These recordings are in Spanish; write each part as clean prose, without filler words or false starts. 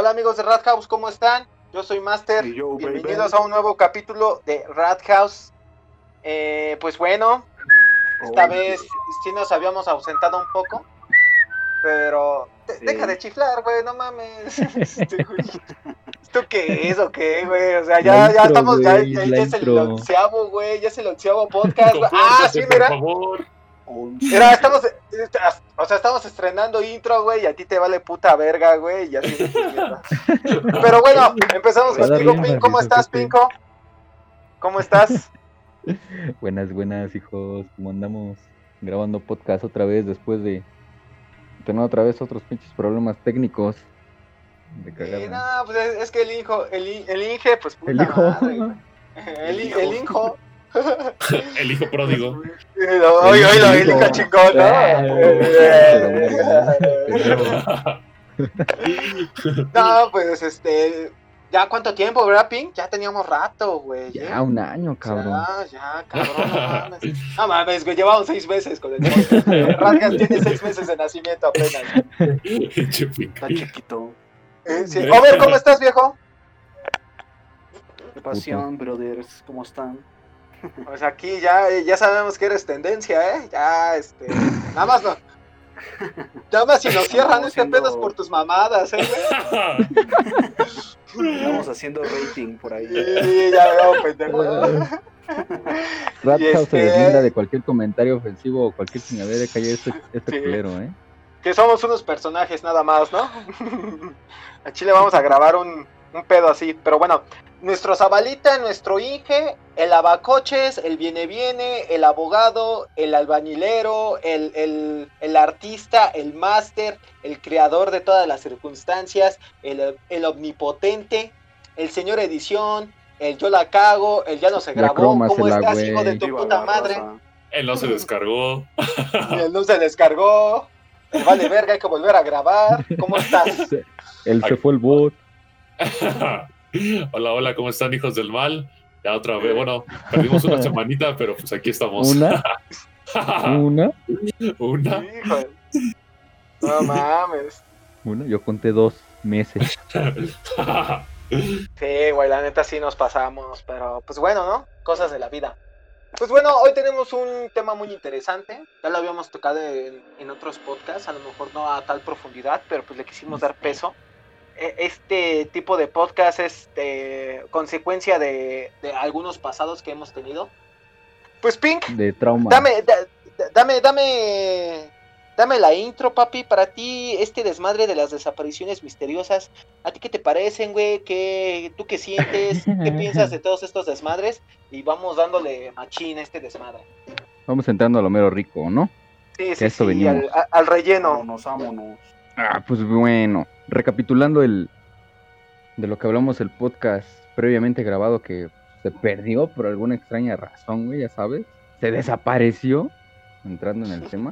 Hola amigos de Rat House, ¿cómo están? Yo soy Master, bienvenidos a un nuevo capítulo de Rat House. Pues bueno, esta vez sí nos habíamos ausentado un poco, pero deja de chiflar, güey, no mames. ¿Esto qué es o qué, güey? O sea, ya estamos, ya es el onceavo, güey, ya es el onceavo podcast. Sí, mira. Por favor. Mira, estamos estrenando intro, güey, y a ti te vale puta verga, güey, y ya tienes tus mierdas. Pero bueno, empezamos contigo, Pink. ¿Cómo estás, Pinko? ¿Cómo estás? Buenas, hijos. ¿Cómo andamos? Grabando podcast otra vez después de tener otra vez otros pinches problemas técnicos. De cagada. No, pues es que el Inge, pues puta El hijo. madre, güey. El hijo. El hijo pródigo. El hijo chingón, ¿no? No, pues ¿ya cuánto tiempo, verdad, Pink? Ya teníamos rato, güey. Ya un año, cabrón. Ya, cabrón, no mames. No mames, güey, llevamos 6 meses con el podcast. Radgas tiene 6 meses de nacimiento apenas. Está chiquito. Sí. Over, ¿cómo estás, viejo? Qué pasión, brothers, ¿cómo están? Pues aquí ya sabemos que eres tendencia, ¿eh? Ya, nada más no. Nada más si nos cierran pedo es por tus mamadas, ¿eh, güey? Estamos haciendo rating por ahí. Sí, ya veo, pendejo. Rat House se deslinda de cualquier comentario ofensivo o cualquier chingadera que haya este culero, ¿eh? Que somos unos personajes nada más, ¿no? A Chile vamos a grabar un pedo así, pero bueno. Nuestro Zabalita, nuestro Inge, el abacoches, el viene, el abogado, el albañilero, el artista, el máster, el creador de todas las circunstancias, el omnipotente, el señor edición, el yo la cago, el ya no se grabó, ¿cómo estás, hijo de tu puta madre? Él no se descargó. Él no se descargó, el vale verga, hay que volver a grabar, ¿cómo estás? Él se fue el bot. Hola, ¿cómo están, hijos del mal? Ya otra vez, bueno, perdimos una semanita, pero pues aquí estamos. ¿Una? Híjole. No mames. Yo conté 2 meses. Sí, güey, la neta sí nos pasamos, pero pues bueno, ¿no? Cosas de la vida. Pues bueno, hoy tenemos un tema muy interesante. Ya lo habíamos tocado en otros podcasts, a lo mejor no a tal profundidad, pero pues le quisimos dar peso. Este tipo de podcast es consecuencia de algunos pasados que hemos tenido. Pues Pink, de trauma. Dame la intro, papi. Para ti, este desmadre de las desapariciones misteriosas, ¿a ti qué te parecen, güey? ¿Tú qué sientes? ¿Qué piensas de todos estos desmadres? Y vamos dándole machín a este desmadre. Vamos entrando a lo mero rico, ¿no? Sí, al relleno. Vámonos. Pues bueno, recapitulando de lo que hablamos el podcast previamente grabado que se perdió por alguna extraña razón, güey, ya sabes, se desapareció, entrando en el tema.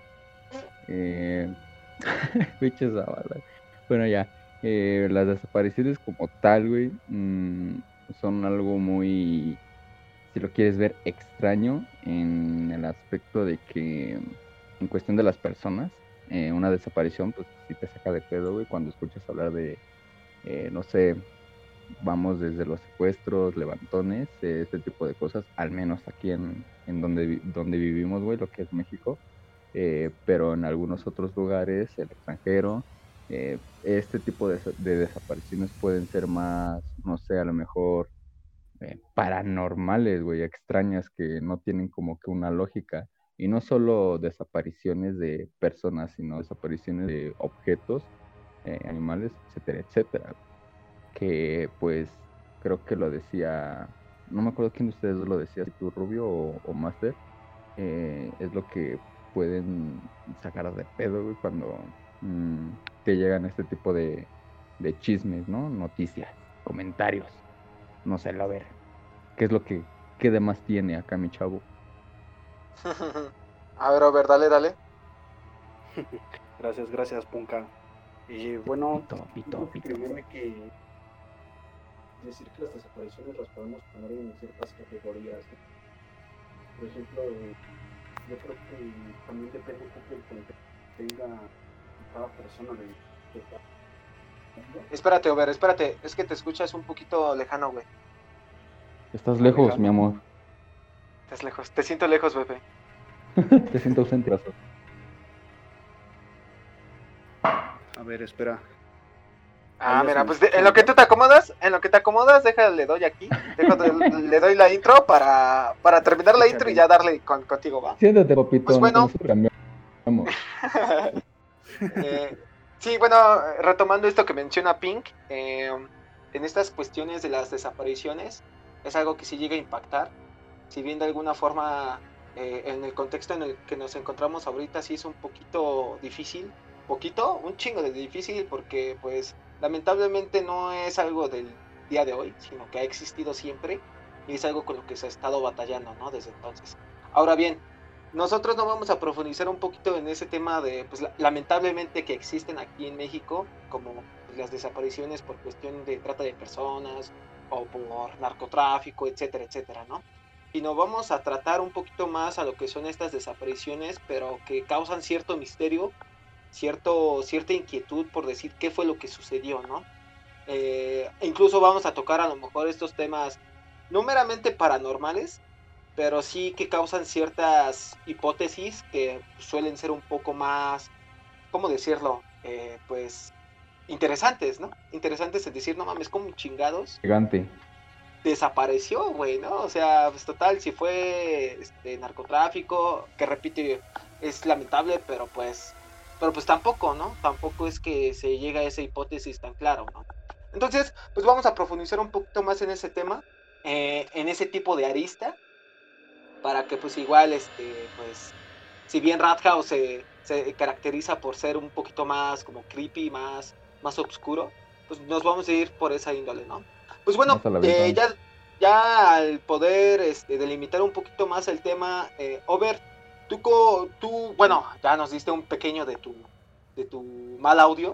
Pinches Zavala. Bueno, ya, las desapariciones como tal, güey, son algo muy, si lo quieres ver, extraño en el aspecto de que, en cuestión de las personas, una desaparición, pues sí te saca de pedo, güey, cuando escuchas hablar de, no sé, vamos desde los secuestros, levantones, este tipo de cosas, al menos aquí en donde vivimos, güey, lo que es México, pero en algunos otros lugares, el extranjero, este tipo de desapariciones pueden ser más, no sé, a lo mejor paranormales, güey, extrañas que no tienen como que una lógica. Y no solo desapariciones de personas, sino desapariciones de objetos, animales, etcétera. Que pues creo que lo decía, no me acuerdo quién de ustedes lo decía, si tú, Rubio o Master, es lo que pueden sacar de pedo, güey, cuando te llegan este tipo de chismes, ¿no? Noticias, comentarios, no sé, a ver, ¿qué demás tiene acá mi chavo? A ver, dale. Gracias, Punka. Y bueno, Pito. que decir que las desapariciones las podemos poner en ciertas categorías. Por ejemplo, yo creo que también depende un poco del contexto que tenga cada persona de Espérate, Over, espérate. Es que te escuchas un poquito lejano, güey. Estás lejos, lejano. mi amor. Estás lejos. Te siento lejos, bebé. Te siento ausente. A ver, espera. Ah, Ahí ya se mira, me pues escucha en lo que tú mejor. te acomodas, déjale, doy aquí. Le doy la intro para terminar la intro y Échale. ya darle contigo, ¿va? Siéntate, papito. Pues bueno. Nosotros cambiamos. Eh, sí, bueno, retomando esto que menciona Pink, en estas cuestiones de las desapariciones, es algo que sí llega a impactar. Si bien de alguna forma, en el contexto en el que nos encontramos ahorita, sí es un poquito difícil, un chingo de difícil, porque pues lamentablemente no es algo del día de hoy, sino que ha existido siempre y es algo con lo que se ha estado batallando, ¿no? Desde entonces. Ahora bien, nosotros no vamos a profundizar un poquito en ese tema de, pues lamentablemente que existen aquí en México, como pues, las desapariciones por cuestión de trata de personas o por narcotráfico, etcétera, etcétera, ¿no? Sino vamos a tratar un poquito más a lo que son estas desapariciones, pero que causan cierto misterio, cierta inquietud por decir qué fue lo que sucedió, ¿no? Incluso vamos a tocar a lo mejor estos temas no meramente paranormales, pero sí que causan ciertas hipótesis que suelen ser un poco más, ¿cómo decirlo? Pues interesantes, ¿no? Interesantes en decir, no mames, como chingados Gigante. desapareció, güey, ¿no? O sea, pues total, si fue narcotráfico, que repite, es lamentable, pero pues tampoco, ¿no? Tampoco es que se llegue a esa hipótesis tan claro, ¿no? Entonces, pues vamos a profundizar un poquito más en ese tema, en ese tipo de arista, para que pues igual, pues, si bien Rat House se caracteriza por ser un poquito más como creepy, más oscuro, pues nos vamos a ir por esa índole, ¿no? Pues bueno, Más a la aventón. ya al poder delimitar un poquito más el tema, Over, tú, bueno, ya nos diste un pequeño de tu mal audio,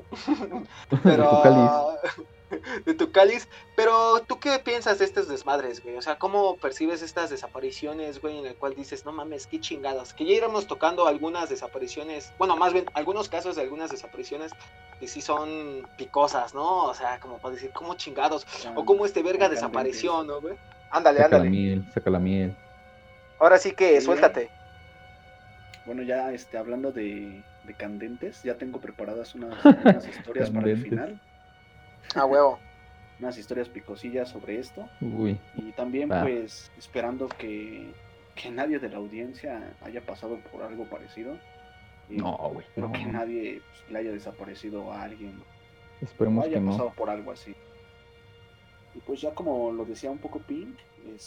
De tu cáliz. pero de tu cáliz, pero ¿tú qué piensas de estos desmadres, güey? O sea, ¿cómo percibes estas desapariciones, güey, en el cual dices, no mames, qué chingados? Que ya iremos tocando algunas desapariciones, bueno, más bien, algunos casos de algunas desapariciones que sí son picosas, ¿no? O sea, como para decir, ¿cómo chingados? O cómo este verga Tan candentes. desapareció, ¿no, güey? Ándale, Saca la ándale. miel, saca la miel. Ahora sí que Sí, suéltate. bueno, ya hablando de candentes, ya tengo preparadas unas historias para el Candentes. final. A huevo. Unas historias picosillas sobre esto. Uy, Y también va. pues esperando que nadie de la audiencia haya pasado por algo parecido. No, güey. Espero No, que no. nadie pues, le haya desaparecido a alguien o Esperemos haya que no. pasado por algo así. Y pues ya como lo decía un poco Pink,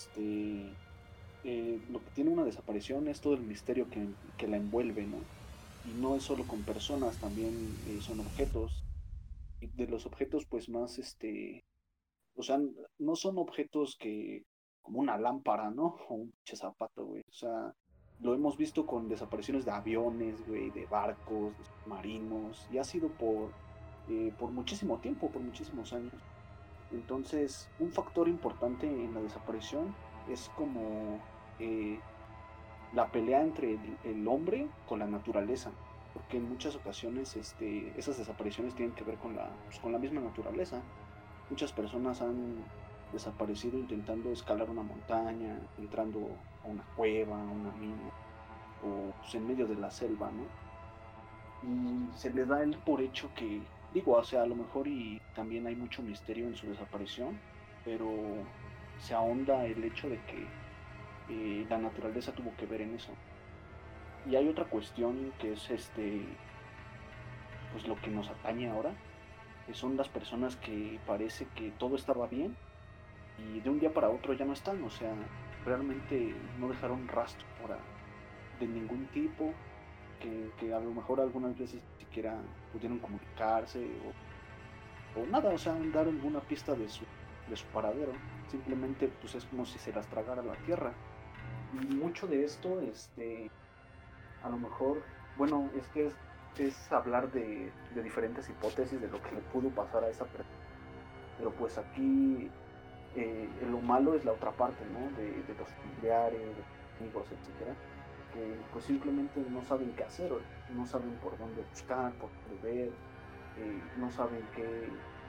lo que tiene una desaparición es todo el misterio que la envuelve, ¿no? Y no es solo con personas, también son objetos. Y de los objetos pues más, o sea, no son objetos que, como una lámpara, ¿no? O un pinche zapato, güey. O sea, lo hemos visto con desapariciones de aviones, güey, de barcos, de submarinos, y ha sido por muchísimo tiempo, por muchísimos años. Entonces, un factor importante en la desaparición es como eh, la pelea entre el hombre con la naturaleza, porque en muchas ocasiones esas desapariciones tienen que ver con la misma naturaleza. Muchas personas han desaparecido intentando escalar una montaña, entrando a una cueva, a una mina, o pues, en medio de la selva, ¿no? Y se les da el por hecho que, digo, o sea, a lo mejor y también hay mucho misterio en su desaparición, pero se ahonda el hecho de que la naturaleza tuvo que ver en eso. Y hay otra cuestión que es pues lo que nos atañe ahora, que son las personas que parece que todo estaba bien y de un día para otro ya no están, o sea, realmente no dejaron rastro de ningún tipo, que a lo mejor algunas veces ni siquiera pudieron comunicarse o nada, o sea, dar alguna pista de su paradero, simplemente pues es como si se las tragara la tierra. Y mucho de esto, a lo mejor, bueno, es hablar de diferentes hipótesis de lo que le pudo pasar a esa persona, pero pues aquí lo malo es la otra parte, ¿no? De los familiares, de los amigos, etcétera, que pues simplemente no saben qué hacer, no saben por dónde buscar, por dónde ver, no saben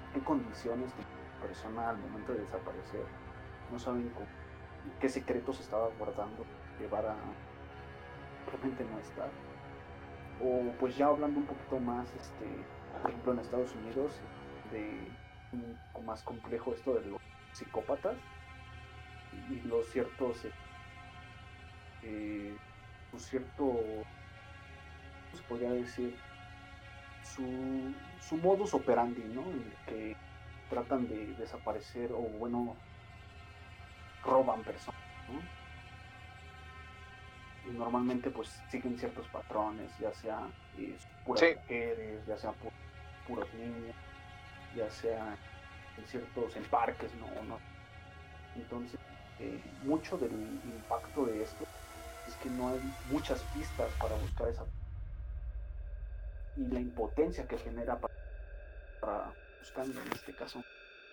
qué condiciones de la persona al momento de desaparecer, no saben qué secretos estaba guardando, llevar a realmente no estar. O pues ya hablando un poquito más, por ejemplo en Estados Unidos, de un poco más complejo esto de los psicópatas y los ciertos, pues cierto, ¿cómo se podría decir? Su modus operandi, ¿no? En el que tratan de desaparecer o bueno, roban personas, ¿no? Y normalmente pues siguen ciertos patrones, ya sea puras mujeres, ya sea puros niños, ya sea en parques, ¿no? Entonces, mucho del impacto de esto es que no hay muchas pistas para buscar esa y la impotencia que genera para buscando en este caso.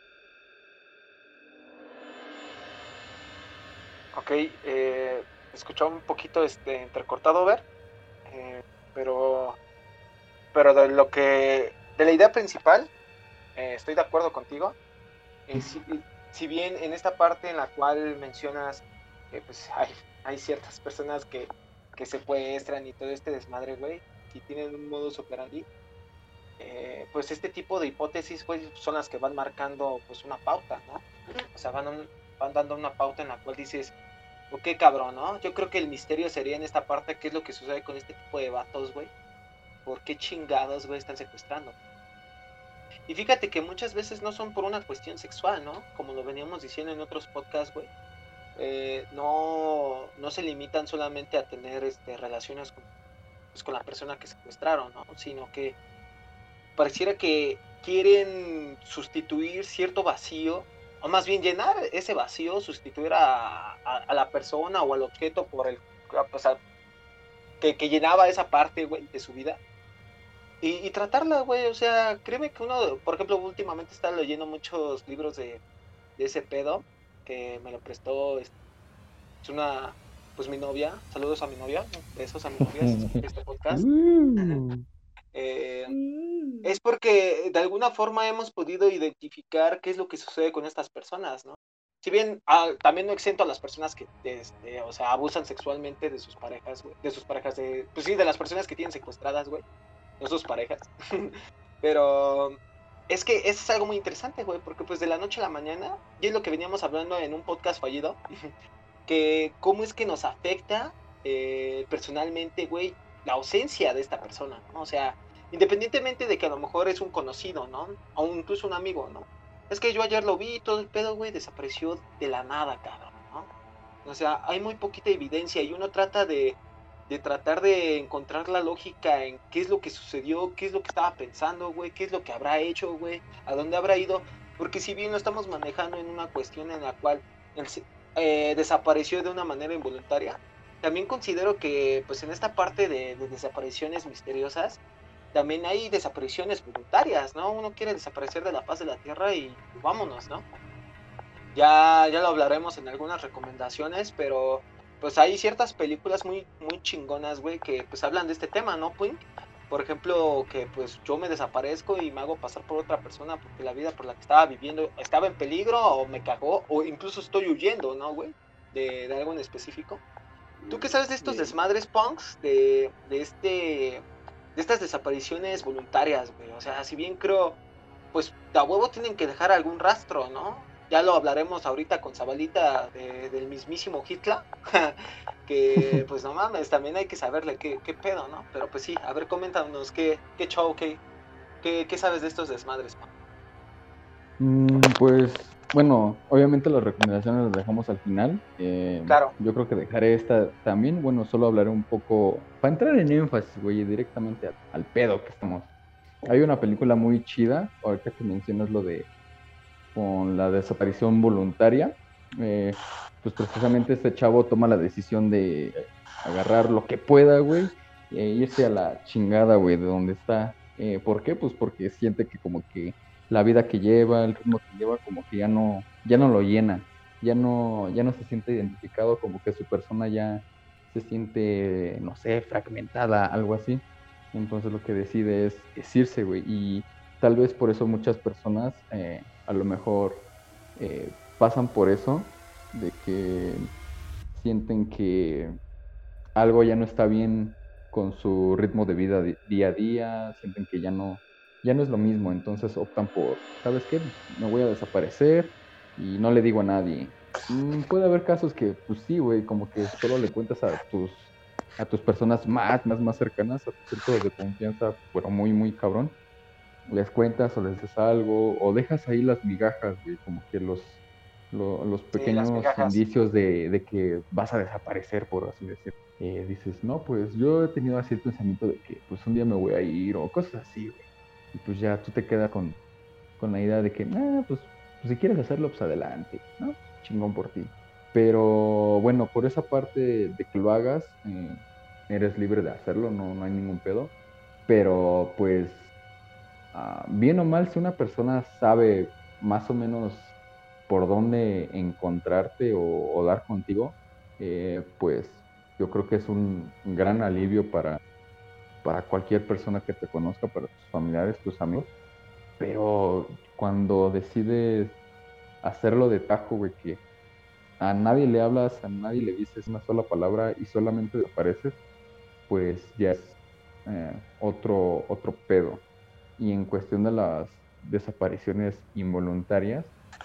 Ok, escuchó un poquito entrecortado, ver, pero de de la idea principal, estoy de acuerdo contigo. Si bien en esta parte en la cual mencionas que pues hay ciertas personas que secuestran y todo este desmadre, güey, si tienen un modus operandi, pues este tipo de hipótesis, güey, son las que van marcando pues una pauta, ¿no? O sea, van dando una pauta en la cual dices, ok, cabrón, ¿no? Yo creo que el misterio sería en esta parte, qué es lo que sucede con este tipo de vatos, güey. ¿Por qué chingados, güey, están secuestrando? Y fíjate que muchas veces no son por una cuestión sexual, ¿no? Como lo veníamos diciendo en otros podcasts, güey. No se limitan solamente a tener relaciones con la persona que secuestraron, ¿no? Sino que pareciera que quieren sustituir cierto vacío, o más bien llenar ese vacío, sustituir a la persona o al objeto por el, o sea, que llenaba esa parte, güey, de su vida. Y tratarla, güey, o sea, créeme que uno, por ejemplo, últimamente está leyendo muchos libros de ese pedo, que me lo prestó, es una, pues mi novia, saludos a mi novia, besos a mi novia, si escucha este podcast. Es porque de alguna forma hemos podido identificar qué es lo que sucede con estas personas, ¿no? Si bien también no exento a las personas que, o sea, abusan sexualmente de sus parejas, güey, de sus parejas, pues sí, de las personas que tienen secuestradas, güey, no sus parejas. Pero es que eso es algo muy interesante, güey, porque pues de la noche a la mañana, y es lo que veníamos hablando en un podcast fallido, que cómo es que nos afecta personalmente, güey, la ausencia de esta persona, ¿no? O sea, independientemente de que a lo mejor es un conocido, ¿no? O incluso un amigo, ¿no? Es que yo ayer lo vi y todo el pedo, güey, desapareció de la nada, cabrón, ¿no? O sea, hay muy poquita evidencia y uno trata de tratar de encontrar la lógica en qué es lo que sucedió, qué es lo que estaba pensando, güey, qué es lo que habrá hecho, güey, a dónde habrá ido, porque si bien lo estamos manejando en una cuestión en la cual desapareció de una manera involuntaria, también considero que pues en esta parte de desapariciones misteriosas, también hay desapariciones voluntarias, ¿no? Uno quiere desaparecer de la faz de la tierra y vámonos, ¿no? Ya lo hablaremos en algunas recomendaciones, pero pues hay ciertas películas muy, muy chingonas, güey, que pues hablan de este tema, ¿no, Pink? Por ejemplo, que pues yo me desaparezco y me hago pasar por otra persona porque la vida por la que estaba viviendo estaba en peligro o me cagó o incluso estoy huyendo, ¿no, güey? De algo en específico. ¿Tú qué sabes de estos desmadres, punks? De estas desapariciones voluntarias, güey. O sea, si bien creo, pues de a huevo tienen que dejar algún rastro, ¿no? Ya lo hablaremos ahorita con Zabalita del mismísimo Hitler, que pues no mames, también hay que saberle qué pedo, ¿no? Pero pues sí, a ver, coméntanos qué show, qué sabes de estos desmadres, pa? Pues bueno, obviamente las recomendaciones las dejamos al final. Claro. Yo creo que dejaré esta también. Bueno, solo hablaré un poco, para entrar en énfasis, güey, directamente al pedo que estamos. Hay una película muy chida, ahorita que mencionas lo de con la desaparición voluntaria. Pues precisamente este chavo toma la decisión de agarrar lo que pueda, güey, e irse a la chingada, güey, de donde está. ¿Por qué? Pues porque siente que como que la vida que lleva, el ritmo que lleva, como que ya no lo llena, ya no se siente identificado, como que su persona ya se siente, no sé, fragmentada, algo así. Entonces lo que decide es irse, güey. tal vez por eso muchas personas a lo mejor pasan por eso, de que sienten que algo ya no está bien con su ritmo de vida día a día, sienten que ya no es lo mismo, entonces optan por, ¿sabes qué? Me voy a desaparecer y no le digo a nadie. Puede haber casos que, pues sí, güey, como que solo le cuentas a tus personas más cercanas, a tu círculo de confianza, pero muy, muy cabrón. Les cuentas o les dices algo, o dejas ahí las migajas, güey, como que los Sí, las pequeños migajas. indicios de que vas a desaparecer, por así decirlo. Dices, no, pues yo he tenido así el pensamiento de que pues un día me voy a ir o cosas así, güey. Y pues ya tú te quedas con la idea de que, pues si quieres hacerlo, pues adelante, ¿no? Chingón por ti. Pero bueno, por esa parte de que lo hagas, eres libre de hacerlo, no hay ningún pedo. Pero pues bien o mal, si una persona sabe más o menos por dónde encontrarte o dar contigo, pues yo creo que es un gran alivio para cualquier persona que te conozca, para tus familiares, tus amigos. Pero cuando decides hacerlo de tajo, güey, que a nadie le hablas, a nadie le dices una sola palabra y solamente desapareces, pues ya es otro pedo. Y en cuestión de las desapariciones involuntarias,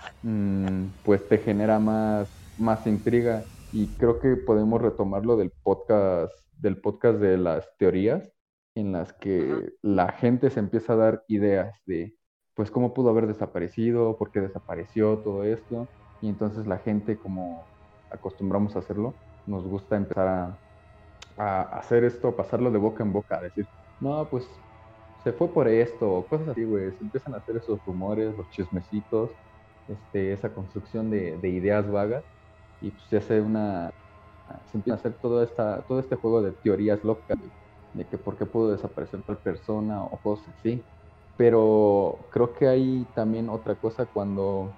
pues te genera más intriga. Y creo que podemos retomarlo del podcast de las teorías, en las Ujú. que la gente se empieza a dar ideas de, pues, cómo pudo haber desaparecido, por qué desapareció, todo esto. Y entonces la gente, como acostumbramos a hacerlo, nos gusta empezar a hacer esto, pasarlo de boca en boca, a decir, no, pues se fue por esto, o cosas así, güey. Se empiezan a hacer esos rumores, los chismecitos, esa construcción de ideas vagas, y pues se empieza a hacer todo este juego de teorías locas, güey, de que por qué pudo desaparecer tal persona o cosas así. Pero creo que hay también otra cosa cuando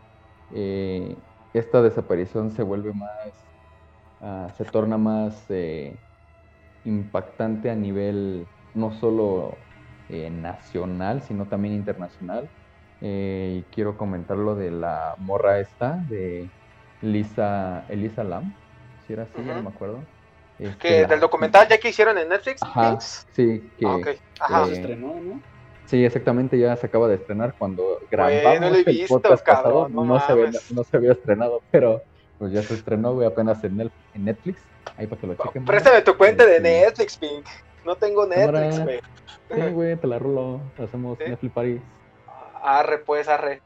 eh, esta desaparición se vuelve se torna más impactante a nivel no solo nacional, sino también internacional. Y quiero comentar lo de la morra esta, de Elisa Lam, si era así, ya no Ujú. me acuerdo. Que del documental ya que hicieron en Netflix, Ajá, Pinks. sí, Ah, ok. Ya se Ajá. estrenó, ¿no? sí, exactamente, ya se acaba de estrenar. Cuando Güey, no lo grabamos he el visto, podcast pasado, cabrón. No mames. no se había estrenado, pero pues ya se estrenó, güey, apenas en Netflix. Ahí para que lo chequen, banda. Préstame tu cuenta de Netflix, Pink. No tengo Netflix, Cámara, güey. sí, güey, te la rolo. Hacemos ¿Sí? Netflix Party. Arre, pues, arre.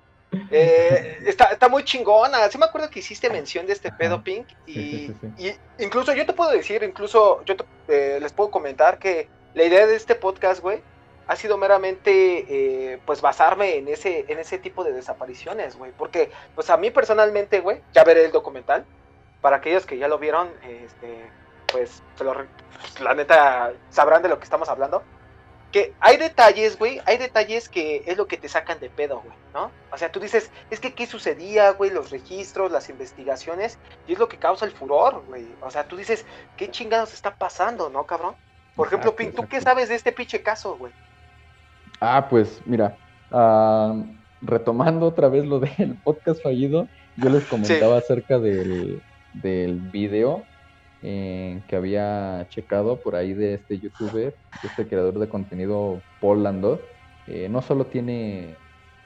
Está muy chingona. Sí me acuerdo que hiciste mención de este pedo, Ajá. Pink. Sí, sí, sí, sí. Y incluso yo te puedo decir, les puedo comentar que la idea de este podcast, güey, ha sido meramente, pues, basarme en ese tipo de desapariciones, güey. Porque, pues, a mí personalmente, güey, ya veré el documental. Para aquellos que ya lo vieron, pues, pues, la neta, sabrán de lo que estamos hablando. Que hay detalles, güey, hay detalles que es lo que te sacan de pedo, güey, ¿no? O sea, tú dices, es que qué sucedía, güey, los registros, las investigaciones, y es lo que causa el furor, güey. O sea, tú dices, ¿qué chingados está pasando, no, cabrón? Por ejemplo, Exacto, Pink, ¿tú qué exacto. sabes de este pinche caso, güey? Pues mira, ah, retomando otra vez lo del podcast fallido, yo les Sí. comentaba acerca del video que había checado por ahí de este youtuber, de este creador de contenido, Paul Landot. No solo tiene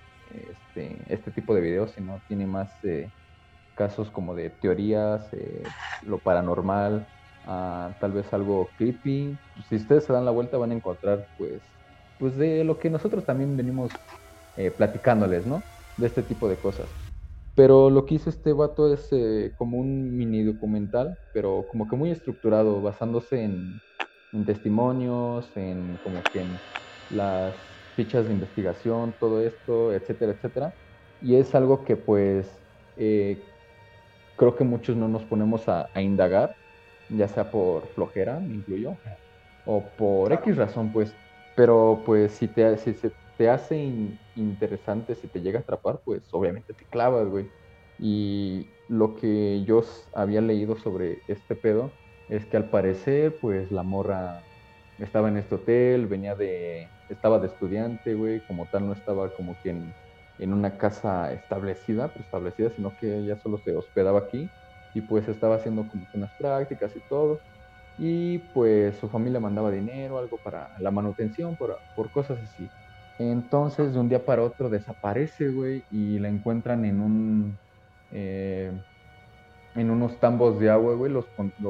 este tipo de videos, sino tiene más casos como de teorías, lo paranormal, tal vez algo creepy. Si ustedes se dan la vuelta van a encontrar pues de lo que nosotros también venimos platicándoles, ¿no? De este tipo de cosas. Pero lo que hizo este vato es como un mini documental, pero como que muy estructurado, basándose en testimonios, en como que en las fichas de investigación, todo esto, etcétera, etcétera. Y es algo que pues eh, creo que muchos no nos ponemos a indagar, ya sea por flojera, me incluyo, o por Claro. X razón, pues. Pero pues si se te hace interesante, si te llega a atrapar, pues obviamente te clavas, güey. Y lo que había leído sobre este pedo es que al parecer, pues la morra estaba en este hotel, estaba de estudiante, güey, como tal no estaba como que en una casa establecida, sino que ella solo se hospedaba aquí y pues estaba haciendo como que unas prácticas y todo. Y pues su familia mandaba dinero, algo para la manutención, por cosas así. Entonces, de un día para otro desaparece, güey, y la encuentran eh, en unos tambos de agua, güey,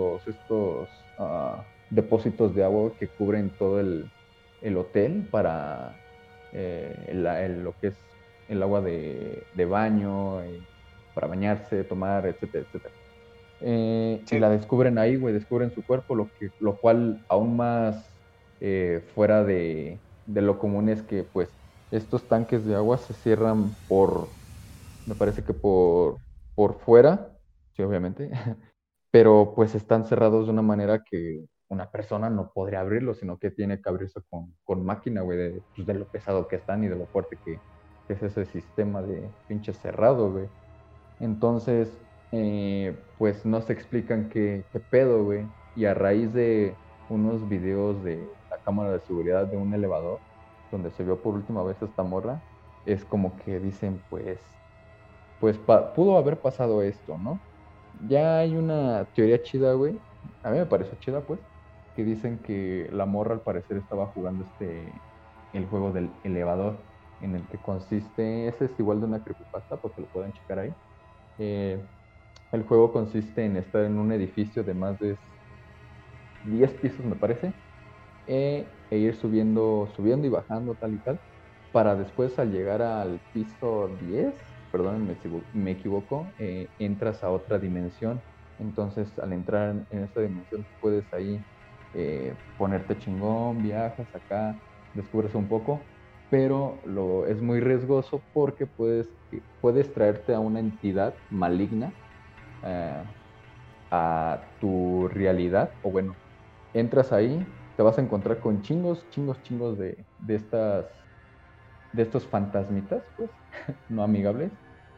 depósitos de agua que cubren todo el hotel para lo que es el agua de baño, para bañarse, tomar, etcétera, etcétera. Y Sí, la descubren ahí, güey, descubren su cuerpo, lo cual aún más fuera de lo común es que, pues, estos tanques de agua se cierran me parece que por fuera, sí, obviamente, pero pues están cerrados de una manera que una persona no podría abrirlo, sino que tiene que abrirse con máquina, güey, pues, de lo pesado que están y de lo fuerte que es ese sistema de pinche cerrado, güey. Entonces, pues no se explican qué pedo, güey. Y a raíz de unos videos de la cámara de seguridad de un elevador, donde se vio por última vez esta morra, es como que dicen, pues pudo haber pasado esto, ¿no? Ya hay una teoría chida, güey. A mí me pareció chida, pues, que dicen que la morra al parecer estaba jugando el juego del elevador, en el que consiste, ese es igual de una creepypasta, porque lo pueden checar ahí. Eh, el juego consiste en estar en un edificio de más de 10 pisos, me parece, e ir subiendo y bajando tal y tal, para después al llegar al piso 10, perdón, me equivoco, entras a otra dimensión. Entonces, al entrar en esta dimensión, tú puedes ahí ponerte chingón, viajas acá, descubres un poco, pero es muy riesgoso porque puedes traerte a una entidad maligna eh, a tu realidad, o bueno, entras ahí, te vas a encontrar con chingos, chingos, chingos de estos fantasmitas, pues, no amigables.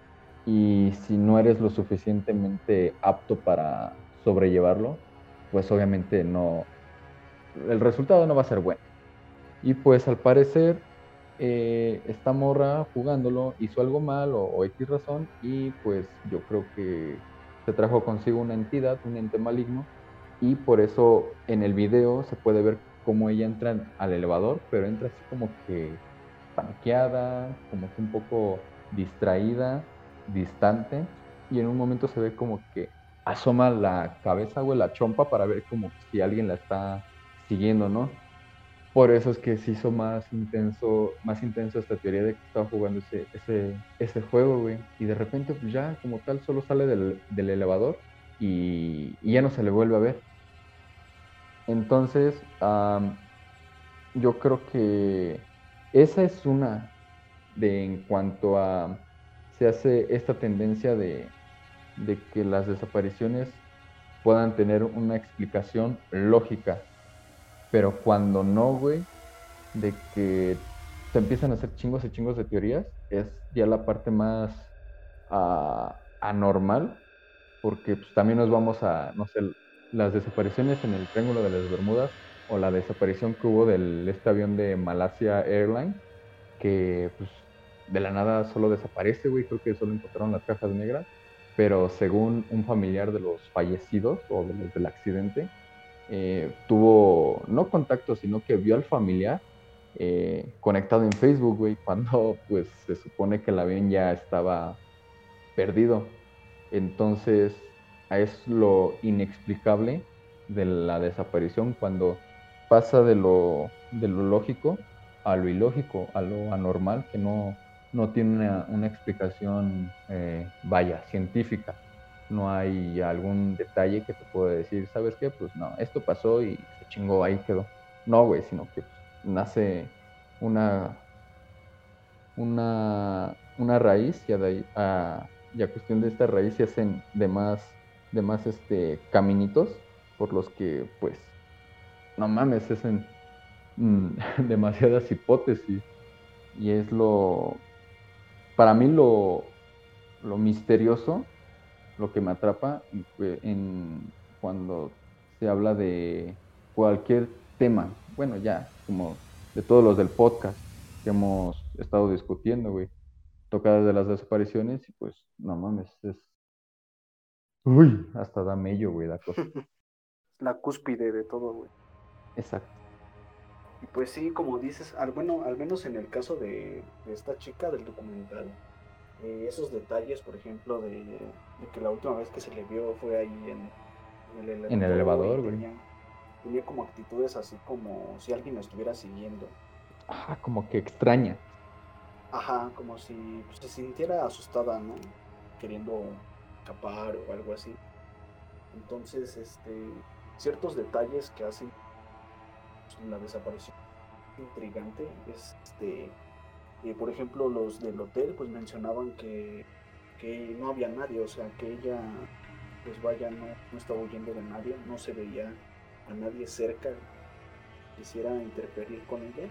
Y si no eres lo suficientemente apto para sobrellevarlo, pues obviamente no, el resultado no va a ser bueno. Y pues al parecer, esta morra jugándolo hizo algo mal o X razón y pues yo creo que se trajo consigo una entidad, un ente maligno y por eso en el video se puede ver cómo ella entra al elevador, pero entra así como que paniqueada, como que un poco distraída, distante y en un momento se ve como que asoma la cabeza, güey, la chompa para ver como si alguien la está siguiendo, ¿no? Por eso es que se hizo más intenso esta teoría de que estaba jugando ese juego, güey. Y de repente, pues ya como tal, solo sale del elevador y ya no se le vuelve a ver. Entonces, yo creo que esa es una de en cuanto a se hace esta tendencia de que las desapariciones puedan tener una explicación lógica, pero cuando no, güey, de que se empiezan a hacer chingos y chingos de teorías, es ya la parte más anormal, porque pues, también nos vamos a, no sé, las desapariciones en el Triángulo de las Bermudas o la desaparición que hubo del este avión de Malasia Airlines, que pues de la nada solo desaparece, güey, creo que solo encontraron las cajas negras, pero según un familiar de los fallecidos o de los del accidente, tuvo no contacto, sino que vio al familiar conectado en Facebook, güey, cuando pues se supone que el avión ya estaba perdido. Entonces, es lo inexplicable de la desaparición cuando pasa de lo lógico a lo ilógico, a lo anormal, que no tiene una explicación, vaya, científica. No hay algún detalle que te pueda decir, ¿sabes qué? Pues no, esto pasó y se chingó, ahí quedó. No, güey, sino que pues, nace una, una raíz y y a cuestión de esta raíz se hacen demás caminitos por los que, pues, no mames, se hacen mm, demasiadas hipótesis y para mí lo misterioso, lo que me atrapa cuando se habla de cualquier tema, bueno, ya, como de todos los del podcast que hemos estado discutiendo, güey, tocadas de las desapariciones y pues, no mames, uy, hasta da mello, güey, la cosa. La cúspide de todo, güey. Exacto. Y pues sí, como dices, bueno, al menos en el caso de esta chica del documental, esos detalles, por ejemplo, de que la última vez que se le vio fue ahí en el En el elevador y elevador, güey. tenía como actitudes así como si alguien la estuviera siguiendo. Ajá, como que extraña. Ajá, como si pues, se sintiera asustada, ¿no? Queriendo escapar o algo así. Entonces, ciertos detalles que hacen pues, la desaparición intrigante es, por ejemplo, los del hotel, pues mencionaban que no había nadie, o sea, que ella, pues vaya, no estaba huyendo de nadie, no se veía a nadie cerca que quisiera interferir con ella.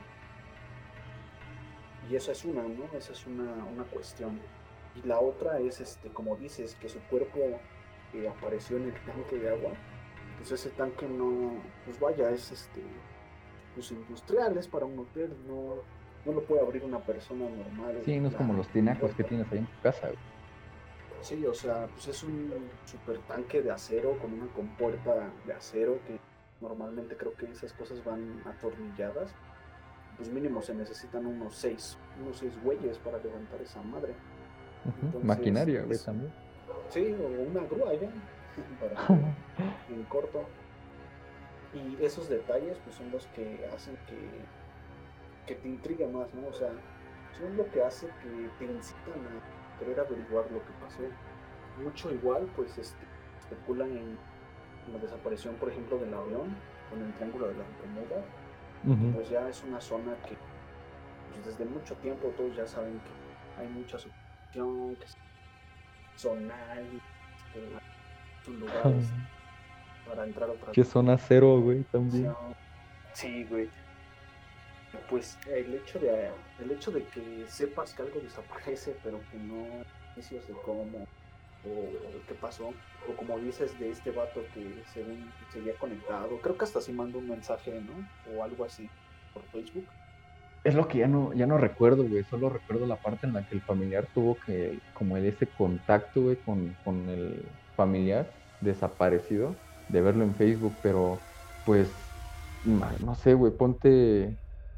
Y esa es una, ¿no? Esa es una cuestión. Y la otra es, como dices, que su cuerpo apareció en el tanque de agua. Pues ese tanque no, pues vaya, es pues industrial, es para un hotel, no lo puede abrir una persona normal. Sí, no es como los tinacos que tienes ahí en tu casa, güey. Sí, o sea, pues es un super tanque de acero con una compuerta de acero que normalmente creo que esas cosas van atornilladas. Pues mínimo se necesitan unos seis güeyes para levantar esa madre. Entonces, Maquinaria, güey, también. Sí, o una grúa ya, para que en corto. Y esos detalles pues son los que hacen que te intriga más, ¿no? O sea, son lo que hace que te incitan a querer averiguar lo que pasó. Mucho igual, pues especulan en la desaparición, por ejemplo, del avión con el Triángulo de las Bermudas. Pues ya es una zona que pues desde mucho tiempo todos ya saben que hay mucha suposición, que es zonal, que son lugares para entrar otra Que zona cero, güey, también. Sí, güey. Pues el hecho de que sepas que algo desaparece, pero que no indicios de cómo o qué pasó, o como dices de este vato que según seguía conectado, creo que hasta sí mandó un mensaje, ¿no? O algo así por Facebook. Es lo que ya no recuerdo, güey. Solo recuerdo la parte en la que el familiar tuvo que, como ese contacto, güey, con el familiar desaparecido, de verlo en Facebook, pero pues, no sé, güey, ponte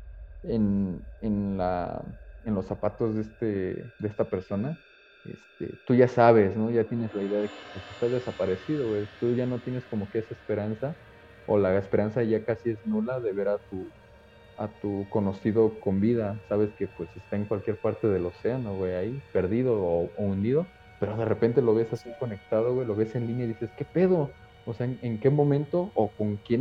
en los zapatos de esta persona. Tú ya sabes, ¿no? Ya tienes la idea de que pues, estás desaparecido, güey. Tú ya no tienes como que esa esperanza, o la esperanza ya casi es nula de ver a tu conocido con vida. Sabes que pues está en cualquier parte del océano, güey, ahí, perdido o hundido, pero de repente lo ves así conectado, güey, lo ves en línea y dices, ¿qué pedo? O sea, ¿en qué momento o